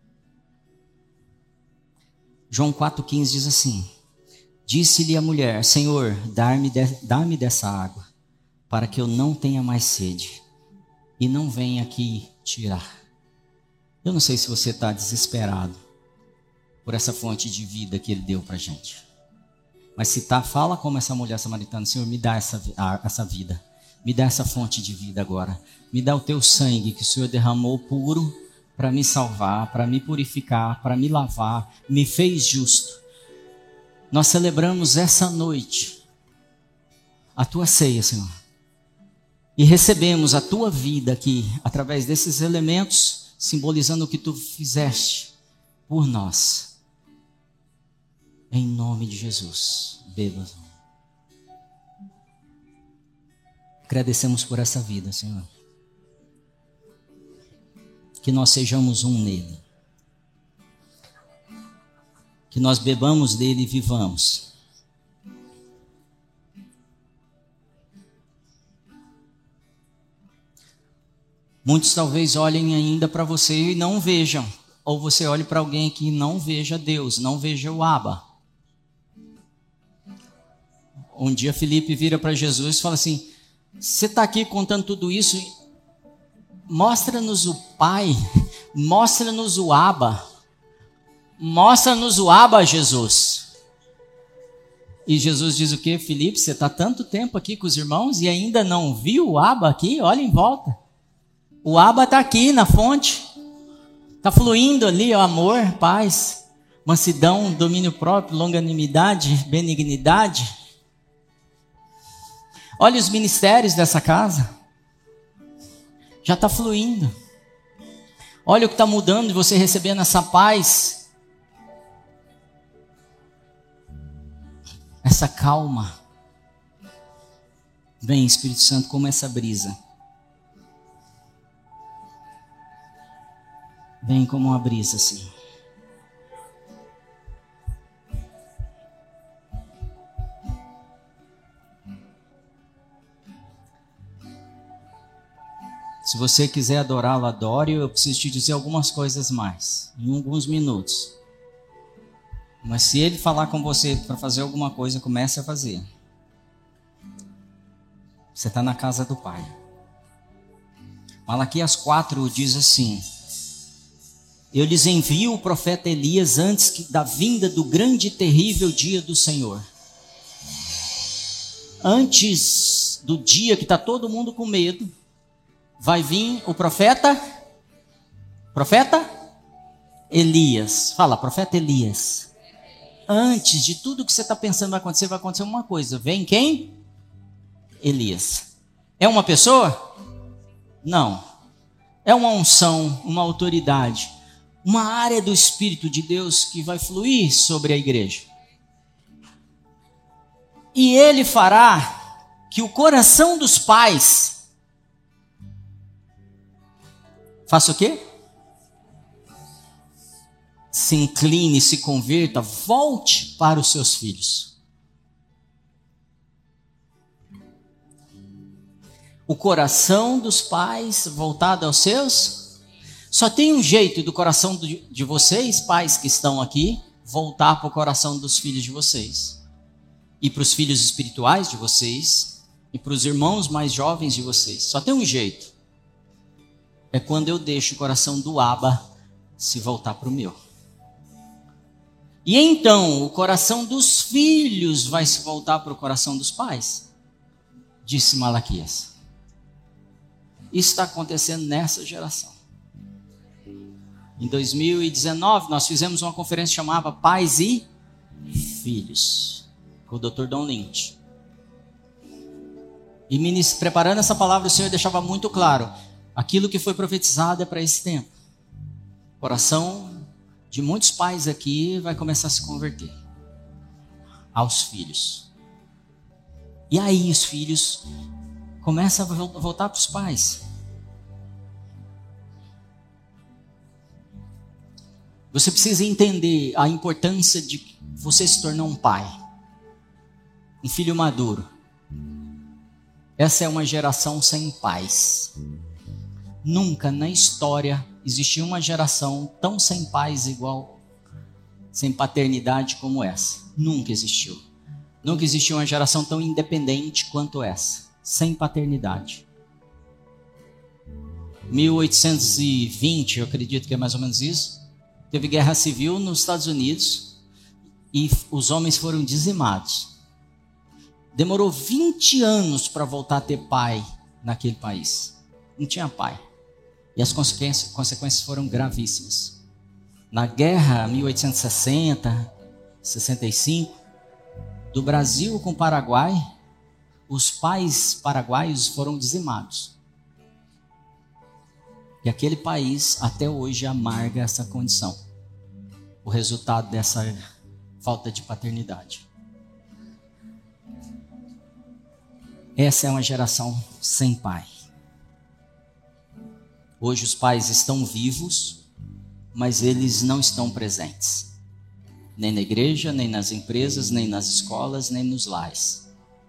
João quatro, quinze diz assim: disse-lhe a mulher: Senhor, dá-me de, dá-me dessa água, para que eu não tenha mais sede, e não venha aqui tirar. Eu não sei se você está desesperado por essa fonte de vida que ele deu para a gente. Mas se está, fala como essa mulher samaritana: Senhor, me dá essa, essa vida. Me dá essa fonte de vida agora. Me dá o teu sangue que o Senhor derramou puro para me salvar, para me purificar, para me lavar, me fez justo. Nós celebramos essa noite a tua ceia, Senhor. E recebemos a tua vida aqui, através desses elementos, simbolizando o que tu fizeste por nós. Em nome de Jesus. Beba. Agradecemos por essa vida, Senhor. Que nós sejamos um nele. Que nós bebamos dele e vivamos. Muitos talvez olhem ainda para você e não vejam. Ou você olhe para alguém que não veja Deus, não veja o Abba. Um dia Felipe vira para Jesus e fala assim: você está aqui contando tudo isso, mostra-nos o Pai, mostra-nos o Abba, mostra-nos o Abba, Jesus. E Jesus diz o quê? Felipe, você está tanto tempo aqui com os irmãos e ainda não viu o Abba aqui? Olha em volta. O Abba está aqui na fonte, está fluindo ali o amor, paz, mansidão, domínio próprio, longanimidade, benignidade. Olha os ministérios dessa casa. Já está fluindo. Olha o que está mudando de você recebendo essa paz. Essa calma. Vem, Espírito Santo, como essa brisa. Vem como uma brisa, Senhor. Se você quiser adorá-lo, adore. Eu preciso te dizer algumas coisas mais, em alguns minutos. Mas se ele falar com você para fazer alguma coisa, comece a fazer. Você está na casa do Pai. Malaquias quatro diz assim: eu lhes envio o profeta Elias antes da vinda do grande e terrível dia do Senhor. Antes do dia que está todo mundo com medo, vai vir o profeta, profeta Elias. Fala, profeta Elias. Antes de tudo que você está pensando vai acontecer, vai acontecer uma coisa. Vem quem? Elias. É uma pessoa? Não. É uma unção, uma autoridade, uma área do Espírito de Deus que vai fluir sobre a igreja. E ele fará que o coração dos pais faça o quê? Se incline, se converta, volte para os seus filhos. O coração dos pais voltado aos seus. Só tem um jeito do coração de vocês, pais que estão aqui, voltar para o coração dos filhos de vocês. E para os filhos espirituais de vocês. E para os irmãos mais jovens de vocês. Só tem um jeito. É quando eu deixo o coração do Abba se voltar para o meu. E então o coração dos filhos vai se voltar para o coração dos pais, disse Malaquias. Isso está acontecendo nessa geração. Em dois mil e dezenove, nós fizemos uma conferência chamada Pais e Filhos, com o doutor Don Lynch. E ministro, preparando essa palavra, o Senhor deixava muito claro: aquilo que foi profetizado é para esse tempo. O coração de muitos pais aqui vai começar a se converter aos filhos. E aí os filhos começam a voltar para os pais. Você precisa entender a importância de você se tornar um pai, um filho maduro. Essa é uma geração sem pais. Nunca na história existiu uma geração tão sem pais igual, sem paternidade como essa. Nunca existiu. Nunca existiu uma geração tão independente quanto essa, sem paternidade. mil oitocentos e vinte, eu acredito que é mais ou menos isso, teve guerra civil nos Estados Unidos e os homens foram dizimados. Demorou vinte anos para voltar a ter pai naquele país. Não tinha pai. E as consequências, consequências foram gravíssimas. Na guerra mil oitocentos e sessenta, sessenta e cinco, do Brasil com o Paraguai, os pais paraguaios foram dizimados. E aquele país até hoje amarga essa condição. O resultado dessa falta de paternidade. Essa é uma geração sem pai. Hoje os pais estão vivos, mas eles não estão presentes. Nem na igreja, nem nas empresas, nem nas escolas, nem nos lares.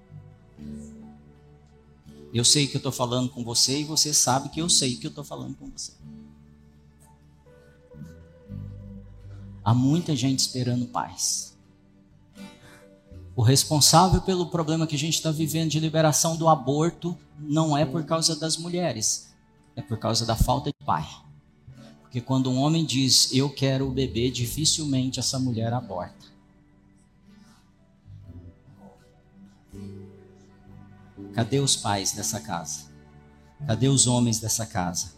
Eu sei que eu estou falando com você e você sabe que eu sei que eu estou falando com você. Há muita gente esperando paz. O responsável pelo problema que a gente está vivendo de liberação do aborto não é por causa das mulheres, é por causa da falta de pai. Porque quando um homem diz, eu quero o bebê, dificilmente essa mulher aborta. Cadê os pais dessa casa? Cadê os homens dessa casa?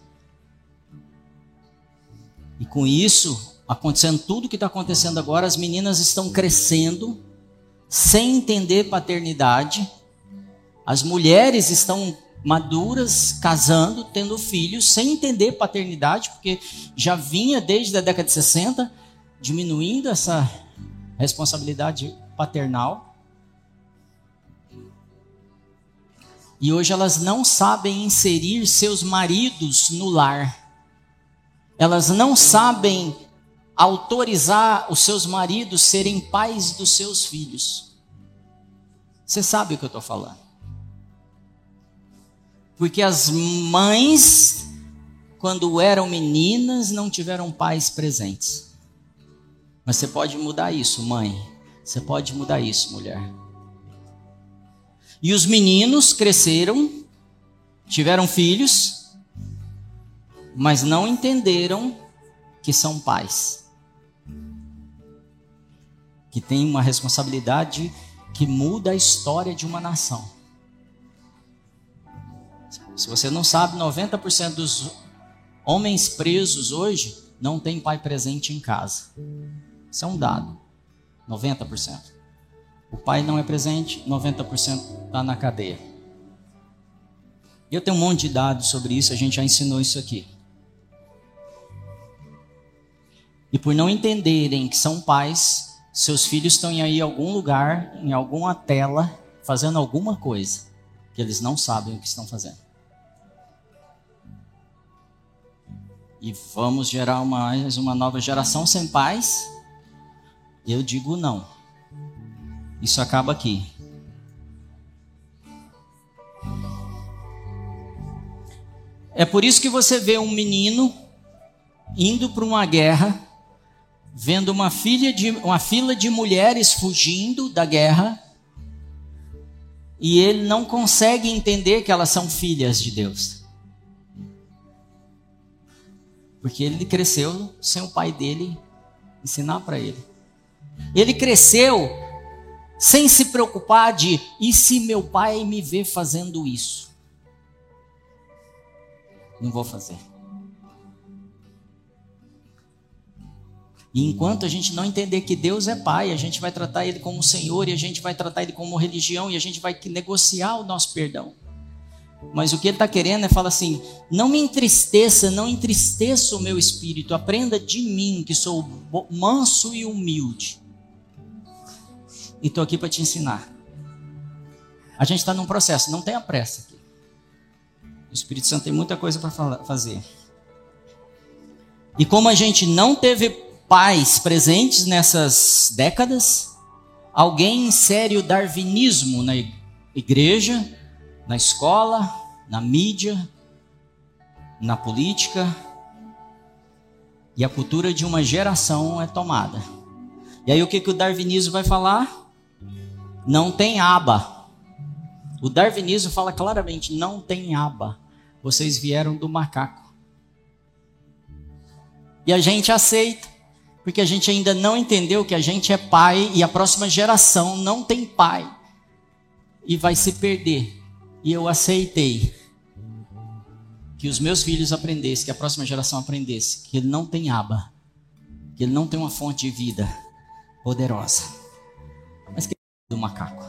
E com isso, acontecendo tudo que está acontecendo agora, as meninas estão crescendo sem entender paternidade. As mulheres estão maduras, casando, tendo filhos, sem entender paternidade, porque já vinha desde a década de sessenta diminuindo essa responsabilidade paternal. E hoje elas não sabem inserir seus maridos no lar. Elas não sabem autorizar os seus maridos serem pais dos seus filhos. Você sabe o que eu estou falando. Porque as mães, quando eram meninas, não tiveram pais presentes. Mas você pode mudar isso, mãe. Você pode mudar isso, mulher. E os meninos cresceram, tiveram filhos, mas não entenderam que são pais. Que tem uma responsabilidade que muda a história de uma nação. Se você não sabe, noventa por cento dos homens presos hoje não tem pai presente em casa. Isso é um dado. noventa por cento. O pai não é presente, noventa por cento está na cadeia. Eu tenho um monte de dados sobre isso, a gente já ensinou isso aqui. E por não entenderem que são pais, seus filhos estão aí em algum lugar, em alguma tela, fazendo alguma coisa, que eles não sabem o que estão fazendo. E vamos gerar mais uma nova geração sem pais? Eu digo não. Isso acaba aqui. É por isso que você vê um menino indo para uma guerra, vendo uma, filha de, uma fila de mulheres fugindo da guerra, e ele não consegue entender que elas são filhas de Deus. Porque ele cresceu sem o pai dele ensinar para ele. Ele cresceu sem se preocupar de, e se meu pai me vê fazendo isso? Não vou fazer. E enquanto a gente não entender que Deus é pai, a gente vai tratar ele como Senhor, e a gente vai tratar ele como religião, e a gente vai negociar o nosso perdão. Mas o que ele está querendo é falar assim, não me entristeça, não entristeça o meu espírito, aprenda de mim, que sou manso e humilde. E estou aqui para te ensinar. A gente está num processo, não tenha pressa aqui. O Espírito Santo tem muita coisa para fazer. E como a gente não teve pais presentes nessas décadas, alguém insere o darwinismo na igreja, na escola, na mídia, na política, e a cultura de uma geração é tomada. E aí o que, que o darwinismo vai falar? Não tem aba. O darwinismo fala claramente, não tem aba. Vocês vieram do macaco. E a gente aceita, porque a gente ainda não entendeu que a gente é pai e a próxima geração não tem pai. E vai se perder. E eu aceitei que os meus filhos aprendessem, que a próxima geração aprendesse, que ele não tem aba, que ele não tem uma fonte de vida poderosa, mas que é do macaco.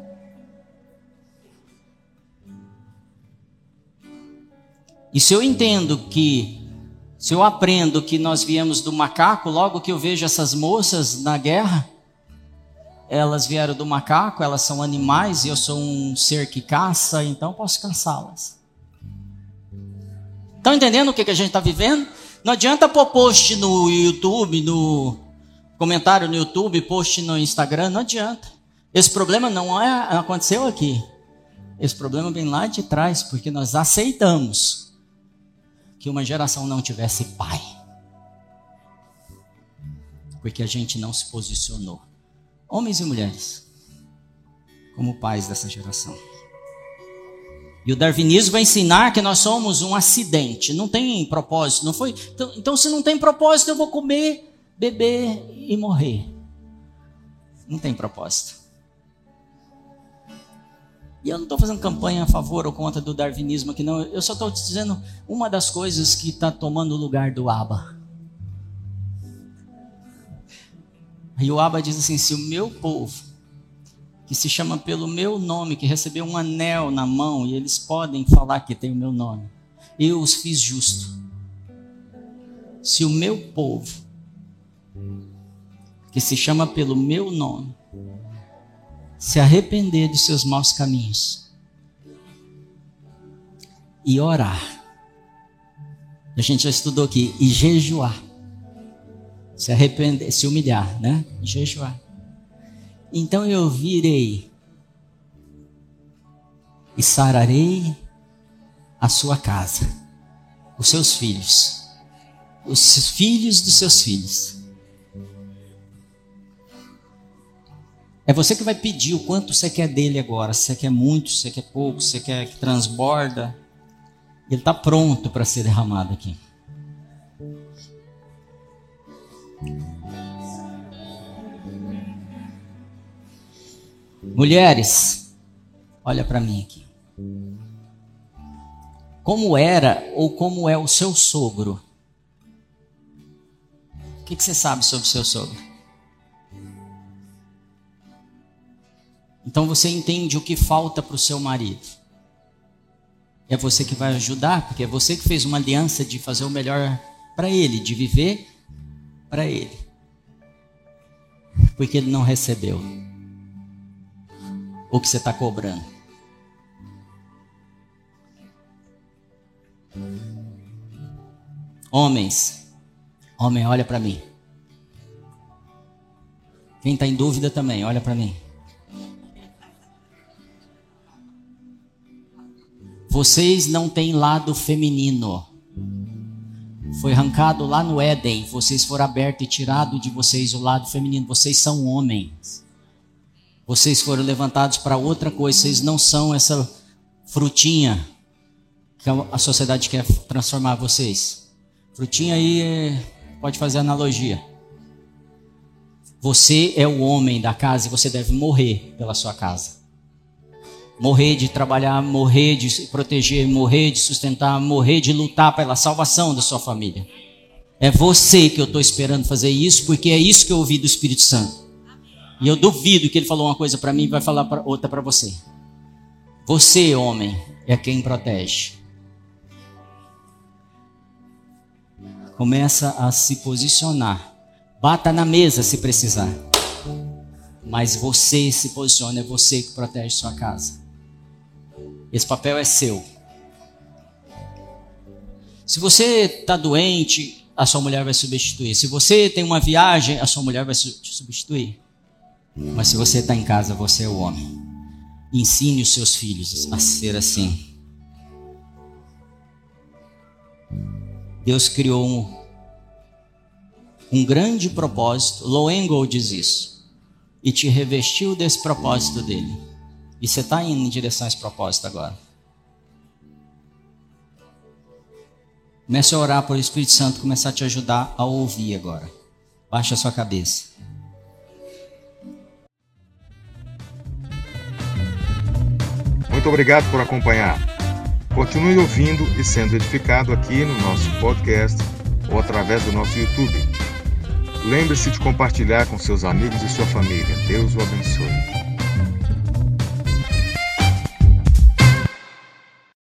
E se eu entendo que, se eu aprendo que nós viemos do macaco, logo que eu vejo essas moças na guerra, elas vieram do macaco, elas são animais e eu sou um ser que caça, então eu posso caçá-las. Estão entendendo o que, que a gente está vivendo? Não adianta pôr post no YouTube, no comentário no YouTube, post no Instagram, não adianta. Esse problema não é, aconteceu aqui. Esse problema vem lá de trás, porque nós aceitamos que uma geração não tivesse pai. Porque a gente não se posicionou. Homens e mulheres, como pais dessa geração. E o darwinismo vai ensinar que nós somos um acidente, não tem propósito, não foi? Então, então se não tem propósito, eu vou comer, beber e morrer. Não tem propósito. E eu não estou fazendo campanha a favor ou contra do darwinismo aqui, não. Eu só estou te dizendo uma das coisas que está tomando o lugar do Abba. E o Abba diz assim: se o meu povo, que se chama pelo meu nome, que recebeu um anel na mão, e eles podem falar que tem o meu nome, eu os fiz justo. Se o meu povo, que se chama pelo meu nome, se arrepender dos seus maus caminhos e orar, a gente já estudou aqui, e jejuar, se arrepender, se humilhar, né? Jejuar. Então eu virei e sararei a sua casa, os seus filhos, os filhos dos seus filhos. É você que vai pedir o quanto você quer dele agora. Se você quer muito, se você quer pouco, se você quer que transborda. Ele está pronto para ser derramado aqui. Mulheres, olha para mim aqui. Como era ou como é o seu sogro? O que, que você sabe sobre o seu sogro? Então você entende o que falta para o seu marido. É você que vai ajudar, porque é você que fez uma aliança de fazer o melhor para ele, de viver para ele. Porque ele não recebeu o que você está cobrando. Homens, homem, olha para mim. Quem está em dúvida também, olha para mim. Vocês não têm lado feminino. Foi arrancado lá no Éden. Vocês foram abertos e tirado de vocês o lado feminino. Vocês são homens. Vocês foram levantados para outra coisa. Vocês não são essa frutinha que a sociedade quer transformar vocês. Frutinha aí pode fazer analogia. Você é o homem da casa e você deve morrer pela sua casa. Morrer de trabalhar, morrer de proteger, morrer de sustentar, morrer de lutar pela salvação da sua família. É você que eu estou esperando fazer isso, porque é isso que eu ouvi do Espírito Santo. E eu duvido que ele falou uma coisa para mim e vai falar pra, outra para você. Você, homem, é quem protege. Começa a se posicionar. Bata na mesa se precisar. Mas você se posiciona, é você que protege sua casa. Esse papel é seu. Se você está doente, a sua mulher vai substituir. Se você tem uma viagem, a sua mulher vai te substituir. Mas se você está em casa, você é o homem. Ensine os seus filhos a ser assim. Deus criou um, um grande propósito. Lowengo diz isso. E te revestiu desse propósito dele. E você está indo em direção a esse propósito agora. Comece a orar por o Espírito Santo começar a te ajudar a ouvir agora. Baixa a sua cabeça. Muito obrigado por acompanhar. Continue ouvindo e sendo edificado aqui no nosso podcast ou através do nosso YouTube. Lembre-se de compartilhar com seus amigos e sua família. Deus o abençoe.